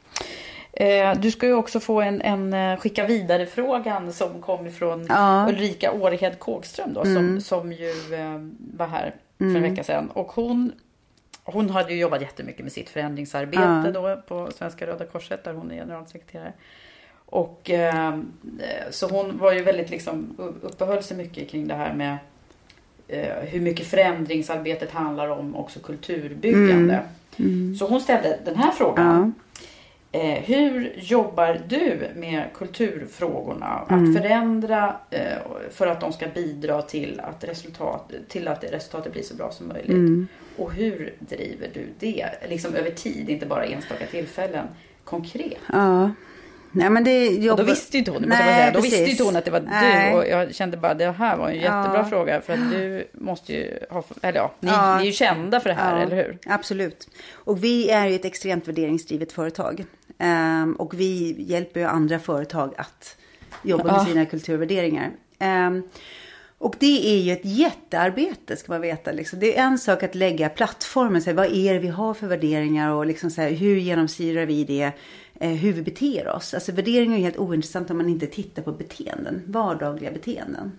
Eh, du ska ju också få en, en skicka vidare frågan som kom ifrån ja. Ulrika Århed Kågström då, mm. som, som ju eh, var här för en mm. vecka sedan. Och hon Hon hade ju jobbat jättemycket med sitt förändringsarbete ja. då på Svenska Röda Korset där hon är generalsekreterare. Och eh, så hon var ju väldigt liksom uppehöll sig mycket kring det här med eh, hur mycket förändringsarbetet handlar om också kulturbyggande. Mm. Mm. Så hon ställde den här frågan. Ja. Eh, hur jobbar du med kulturfrågorna? Mm. Att förändra eh, för att de ska bidra till att, resultat, till att resultatet blir så bra som möjligt. Mm. Och hur driver du det? Liksom över tid, inte bara enstaka tillfällen. Konkret. Ja. Nej, men det jobb... Och då visste ju inte hon, måste Nej, säga. Då precis. visste inte hon att det var Nej. du. Och jag kände bara, det här var en jättebra ja. fråga. För att du måste ju ha, eller ja, ni, ja. ni är ju kända för det här, ja. eller hur? Absolut. Och vi är ju ett extremt värderingsdrivet företag. Um, och vi hjälper ju andra företag att jobba ja. med sina kulturvärderingar. Um, och det är ju ett jättearbete, ska man veta. Liksom. Det är en sak att lägga plattformen, så här, vad är det vi har för värderingar och liksom, så här, hur genomsyrar vi det, eh, hur vi beter oss. Alltså värderingar är helt ointressant om man inte tittar på beteenden, vardagliga beteenden.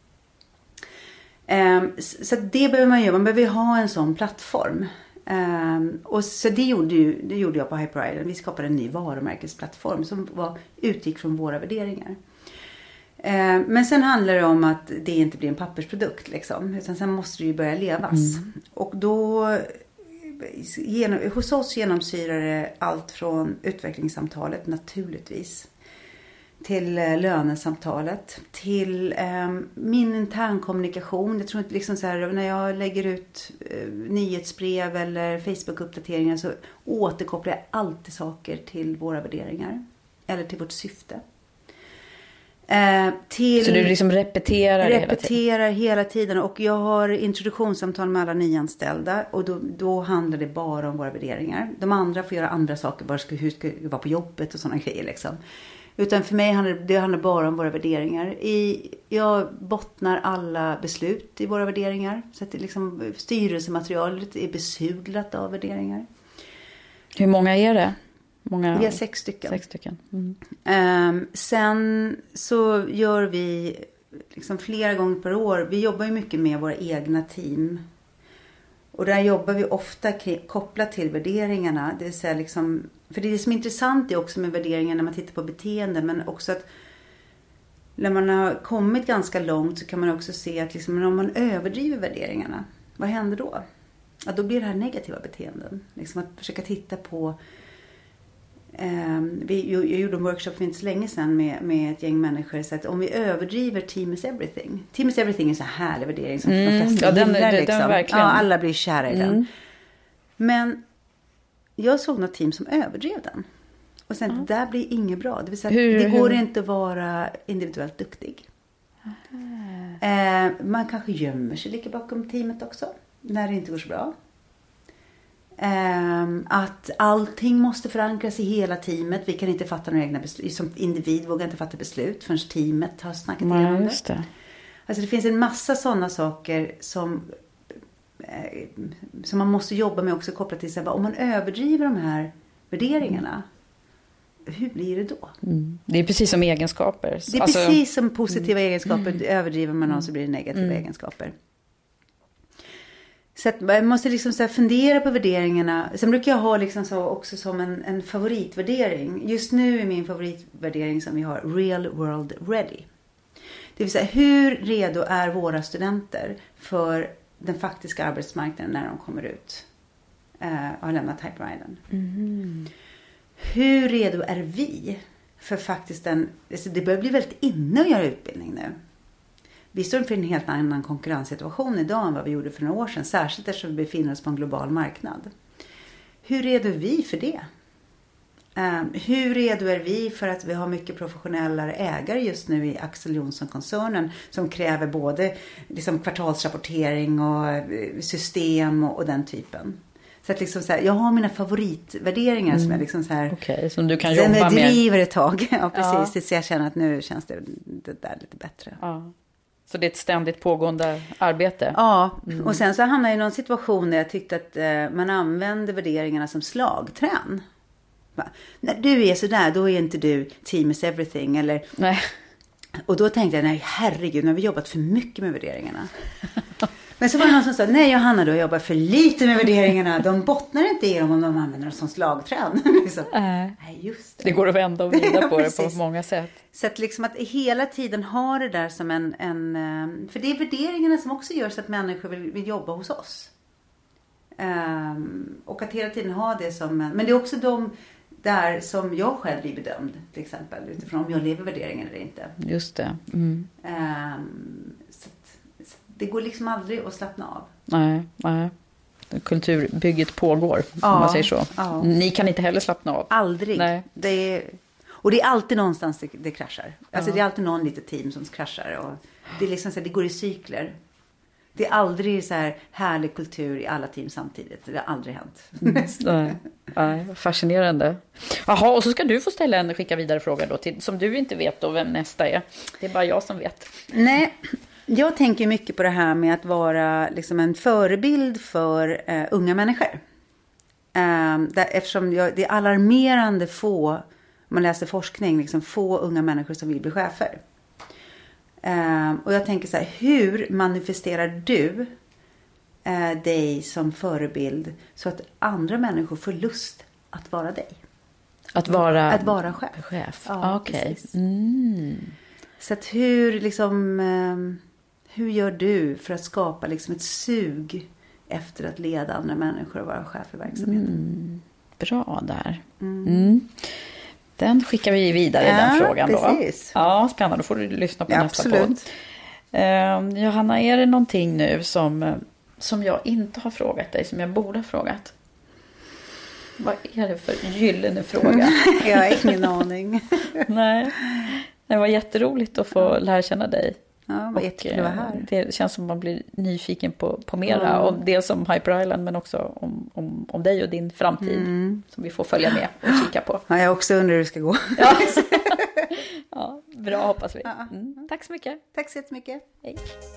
Um, så det behöver man göra, man behöver ha en sån plattform. Um, och så det gjorde, ju, det gjorde jag på Hyper Island. Vi skapade en ny varumärkesplattform som var, utgick från våra värderingar. Uh, men sen handlar det om att det inte blir en pappersprodukt liksom, utan sen måste det ju börja levas. Mm. Och då genom, hos oss genomsyrar det allt från utvecklingssamtalet naturligtvis till lönesamtalet, till eh, min internkommunikation. Jag tror inte liksom så här, när jag lägger ut eh, nyhetsbrev eller Facebook-uppdateringar så återkopplar jag alltid saker till våra värderingar eller till vårt syfte. Eh, till, så du liksom repeterar repeterar hela tiden? hela tiden. Och jag har introduktionssamtal med alla nyanställda. Och då, då handlar det bara om våra värderingar. De andra får göra andra saker. Bara ska, hur ska det vara på jobbet och sådana grejer liksom. Utan för mig handlar det handlar bara om våra värderingar. I, jag bottnar alla beslut i våra värderingar. Så att det liksom, styrelsematerialet är besudlat av värderingar. Hur många är det? Många... Vi är sex stycken. Sex stycken. Mm. Um, sen så gör vi liksom flera gånger per år. Vi jobbar ju mycket med våra egna team. Och där jobbar vi ofta kopplat till värderingarna. Det vill säga liksom, för det är det som är intressant är också med värderingar när man tittar på beteende. Men också att när man har kommit ganska långt så kan man också se att liksom, om man överdriver värderingarna. Vad händer då? Ja, då blir det här negativa beteenden. Liksom att försöka titta på... Um, vi, jag, jag gjorde en workshop för inte så länge sedan med, med ett gäng människor. Så att om vi överdriver team is everything. Team is everything är en så här härlig värdering som mm, de flesta ja, den, gillar. Den, liksom. den verkligen. Ja, alla blir kära i mm. den. Men jag såg något team som överdrev den. Och sen, mm. det där blir inget bra. Det vill säga, hur, det går hur? inte att vara individuellt duktig. Uh, man kanske gömmer sig lika bakom teamet också. När det inte går så bra. Um, att allting måste förankras i hela teamet. Vi kan inte fatta några egna beslut. Som individ vågar inte fatta beslut förrän teamet har snackat Nej, igenom just det. Alltså det finns en massa sådana saker som, eh, som man måste jobba med också kopplat till sig. Om man överdriver de här värderingarna, hur blir det då? Mm. Det är precis som egenskaper. Det är alltså... precis som positiva mm. egenskaper. Mm. Överdriver man någon så blir det negativa mm. egenskaper. Så att man måste liksom så här fundera på värderingarna. Sen brukar jag ha liksom så också som en, en favoritvärdering. Just nu är min favoritvärdering som vi har real world ready. Det vill säga hur redo är våra studenter för den faktiska arbetsmarknaden när de kommer ut eh, och har lämnat Hyper Island. Mm. Hur redo är vi för faktiskt den... Alltså det börjar bli väldigt inne att göra utbildning nu. Vi står inför en helt annan konkurrenssituation idag än vad vi gjorde för några år sedan. Särskilt eftersom vi befinner oss på en global marknad. Hur redo är vi för det? Um, hur redo är vi för att vi har mycket professionellare ägare just nu i Axel Johnson-koncernen. Som kräver både liksom, kvartalsrapportering och system och, och den typen. Så att liksom så här, jag har mina favoritvärderingar mm. som jag liksom så här... Okej, okay, som du kan jobba med. Sen driver ett tag. Ja, precis. Ja. Tills jag känner att nu känns det, det där lite bättre. Ja. Så det är ett ständigt pågående arbete? Ja, mm. och sen så hamnade jag i någon situation där jag tyckte att eh, man använde värderingarna som slagträn. Va? När du är sådär, då är inte du team is everything. Eller... Nej. Och då tänkte jag, nej herregud, nu har vi jobbat för mycket med värderingarna. Men så var det någon som sa, nej Johanna, du jobbar för lite med värderingarna. De bottnar inte i dem om de använder dem som slagträn. liksom. äh. Nej, just det. Det går att vända och vrida på ja, det på många sätt. Så att liksom att hela tiden ha det där som en, en... För det är värderingarna som också gör så att människor vill, vill jobba hos oss. Um, och att hela tiden ha det som en... Men det är också de där som jag själv blir bedömd, till exempel. Utifrån om jag lever värderingen eller inte. Just det. Mm. Um, så det går liksom aldrig att slappna av. Nej, nej. Kulturbygget pågår, ja, om man säger så. Ja. Ni kan inte heller slappna av. Aldrig. Nej. Det är, och det är alltid någonstans det, det kraschar. Alltså ja. Det är alltid någon litet team som kraschar. Och det är liksom så här, det går i cykler. Det är aldrig så här härlig kultur i alla team samtidigt. Det har aldrig hänt. Mm. Nej. Nej, fascinerande. Jaha, och så ska du få ställa en skicka vidare fråga då till, som du inte vet då vem nästa är. Det är bara jag som vet. Nej, jag tänker mycket på det här med att vara liksom en förebild för uh, unga människor. Um, där, eftersom jag, det är alarmerande få, om man läser forskning, liksom få unga människor som vill bli chefer. Um, och jag tänker så här, hur manifesterar du uh, dig som förebild så att andra människor får lust att vara dig? Att vara, att vara chef. chef. Ja, okej. Okay. Mm. Så att hur liksom um, hur gör du för att skapa liksom ett sug efter att leda andra människor och vara chef i verksamheten? Mm. Bra där. Mm. Mm. Den skickar vi vidare, ja, den frågan precis. då. Ja, spännande. Då får du lyssna på ja, nästa absolut. podd. Eh, Johanna, är det någonting nu som, som jag inte har frågat dig, som jag borde ha frågat? Vad är det för gyllene fråga? Jag har ingen aning. Nej, det var jätteroligt att få lära känna dig. Ja, vad jättekul att vara här. Det känns som man blir nyfiken på, på mera. Mm. Om dels om Hyper Island, men också om, om, om dig och din framtid. Mm. Som vi får följa med och kika på. Ja, jag också undrar hur det ska gå. Ja. Ja, bra hoppas vi. Mm. Tack så mycket. Tack så jättemycket. Hej.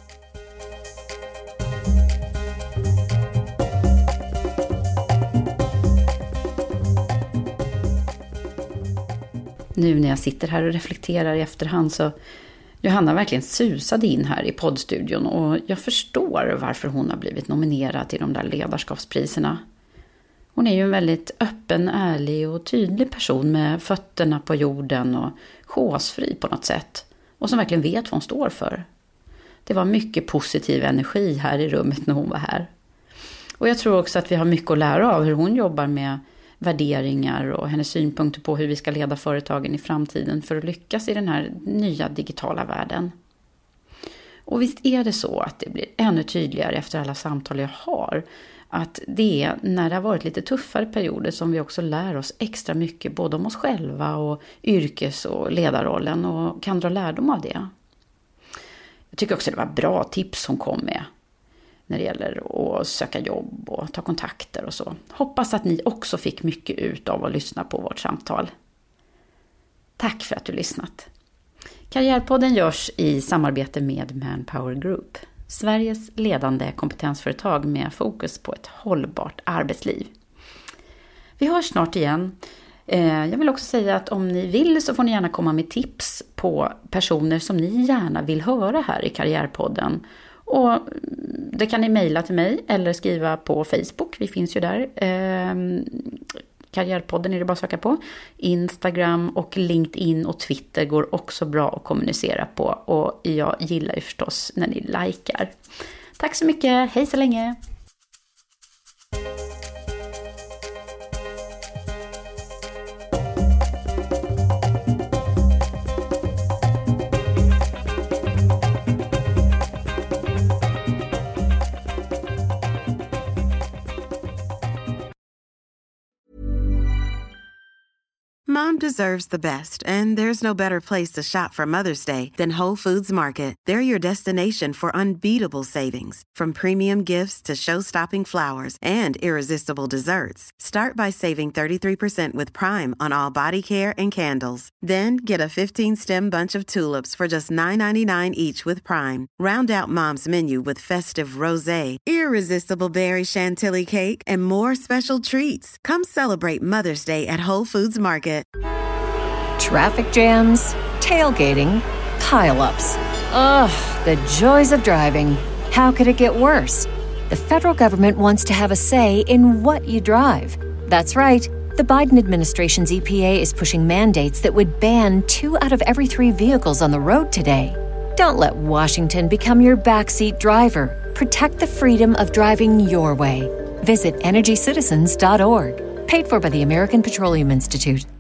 Nu när jag sitter här och reflekterar i efterhand så Johanna verkligen susade in här i poddstudion och jag förstår varför hon har blivit nominerad till de där ledarskapspriserna. Hon är ju en väldigt öppen, ärlig och tydlig person med fötterna på jorden och chosefri på något sätt och som verkligen vet vad hon står för. Det var mycket positiv energi här i rummet när hon var här. Och jag tror också att vi har mycket att lära av hur hon jobbar med värderingar och hennes synpunkter på hur vi ska leda företagen i framtiden för att lyckas i den här nya digitala världen. Och visst är det så att det blir ännu tydligare efter alla samtal jag har att det är när det har varit lite tuffare perioder som vi också lär oss extra mycket både om oss själva och yrkes- och ledarrollen och kan dra lärdom av det. Jag tycker också det var bra tips hon kom med när det gäller att söka jobb och ta kontakter och så. Hoppas att ni också fick mycket ut av att lyssna på vårt samtal. Tack för att du lyssnat. Karriärpodden görs i samarbete med Manpower Group, Sveriges ledande kompetensföretag med fokus på ett hållbart arbetsliv. Vi hörs snart igen. Jag vill också säga att om ni vill så får ni gärna komma med tips på personer som ni gärna vill höra här i Karriärpodden. Och det kan ni mejla till mig eller skriva på Facebook. Vi finns ju där. Karriärpodden är det bara att söka på. Instagram och LinkedIn och Twitter går också bra att kommunicera på. Och jag gillar ju förstås när ni likar. Tack så mycket. Hej så länge. Mom deserves the best, and there's no better place to shop for Mother's Day than Whole Foods Market. They're your destination for unbeatable savings, from premium gifts to show-stopping flowers and irresistible desserts. Start by saving thirty-three percent with Prime on all body care and candles. Then get a fifteen-stem bunch of tulips for just nine ninety-nine each with Prime. Round out Mom's menu with festive rosé, irresistible berry chantilly cake, and more special treats. Come celebrate Mother's Day at Whole Foods Market. Traffic jams, tailgating, pile-ups. Ugh, the joys of driving. How could it get worse? The federal government wants to have a say in what you drive. That's right. The Biden administration's E P A is pushing mandates that would ban two out of every three vehicles on the road today. Don't let Washington become your backseat driver. Protect the freedom of driving your way. Visit energy citizens dot org. Paid for by the American Petroleum Institute.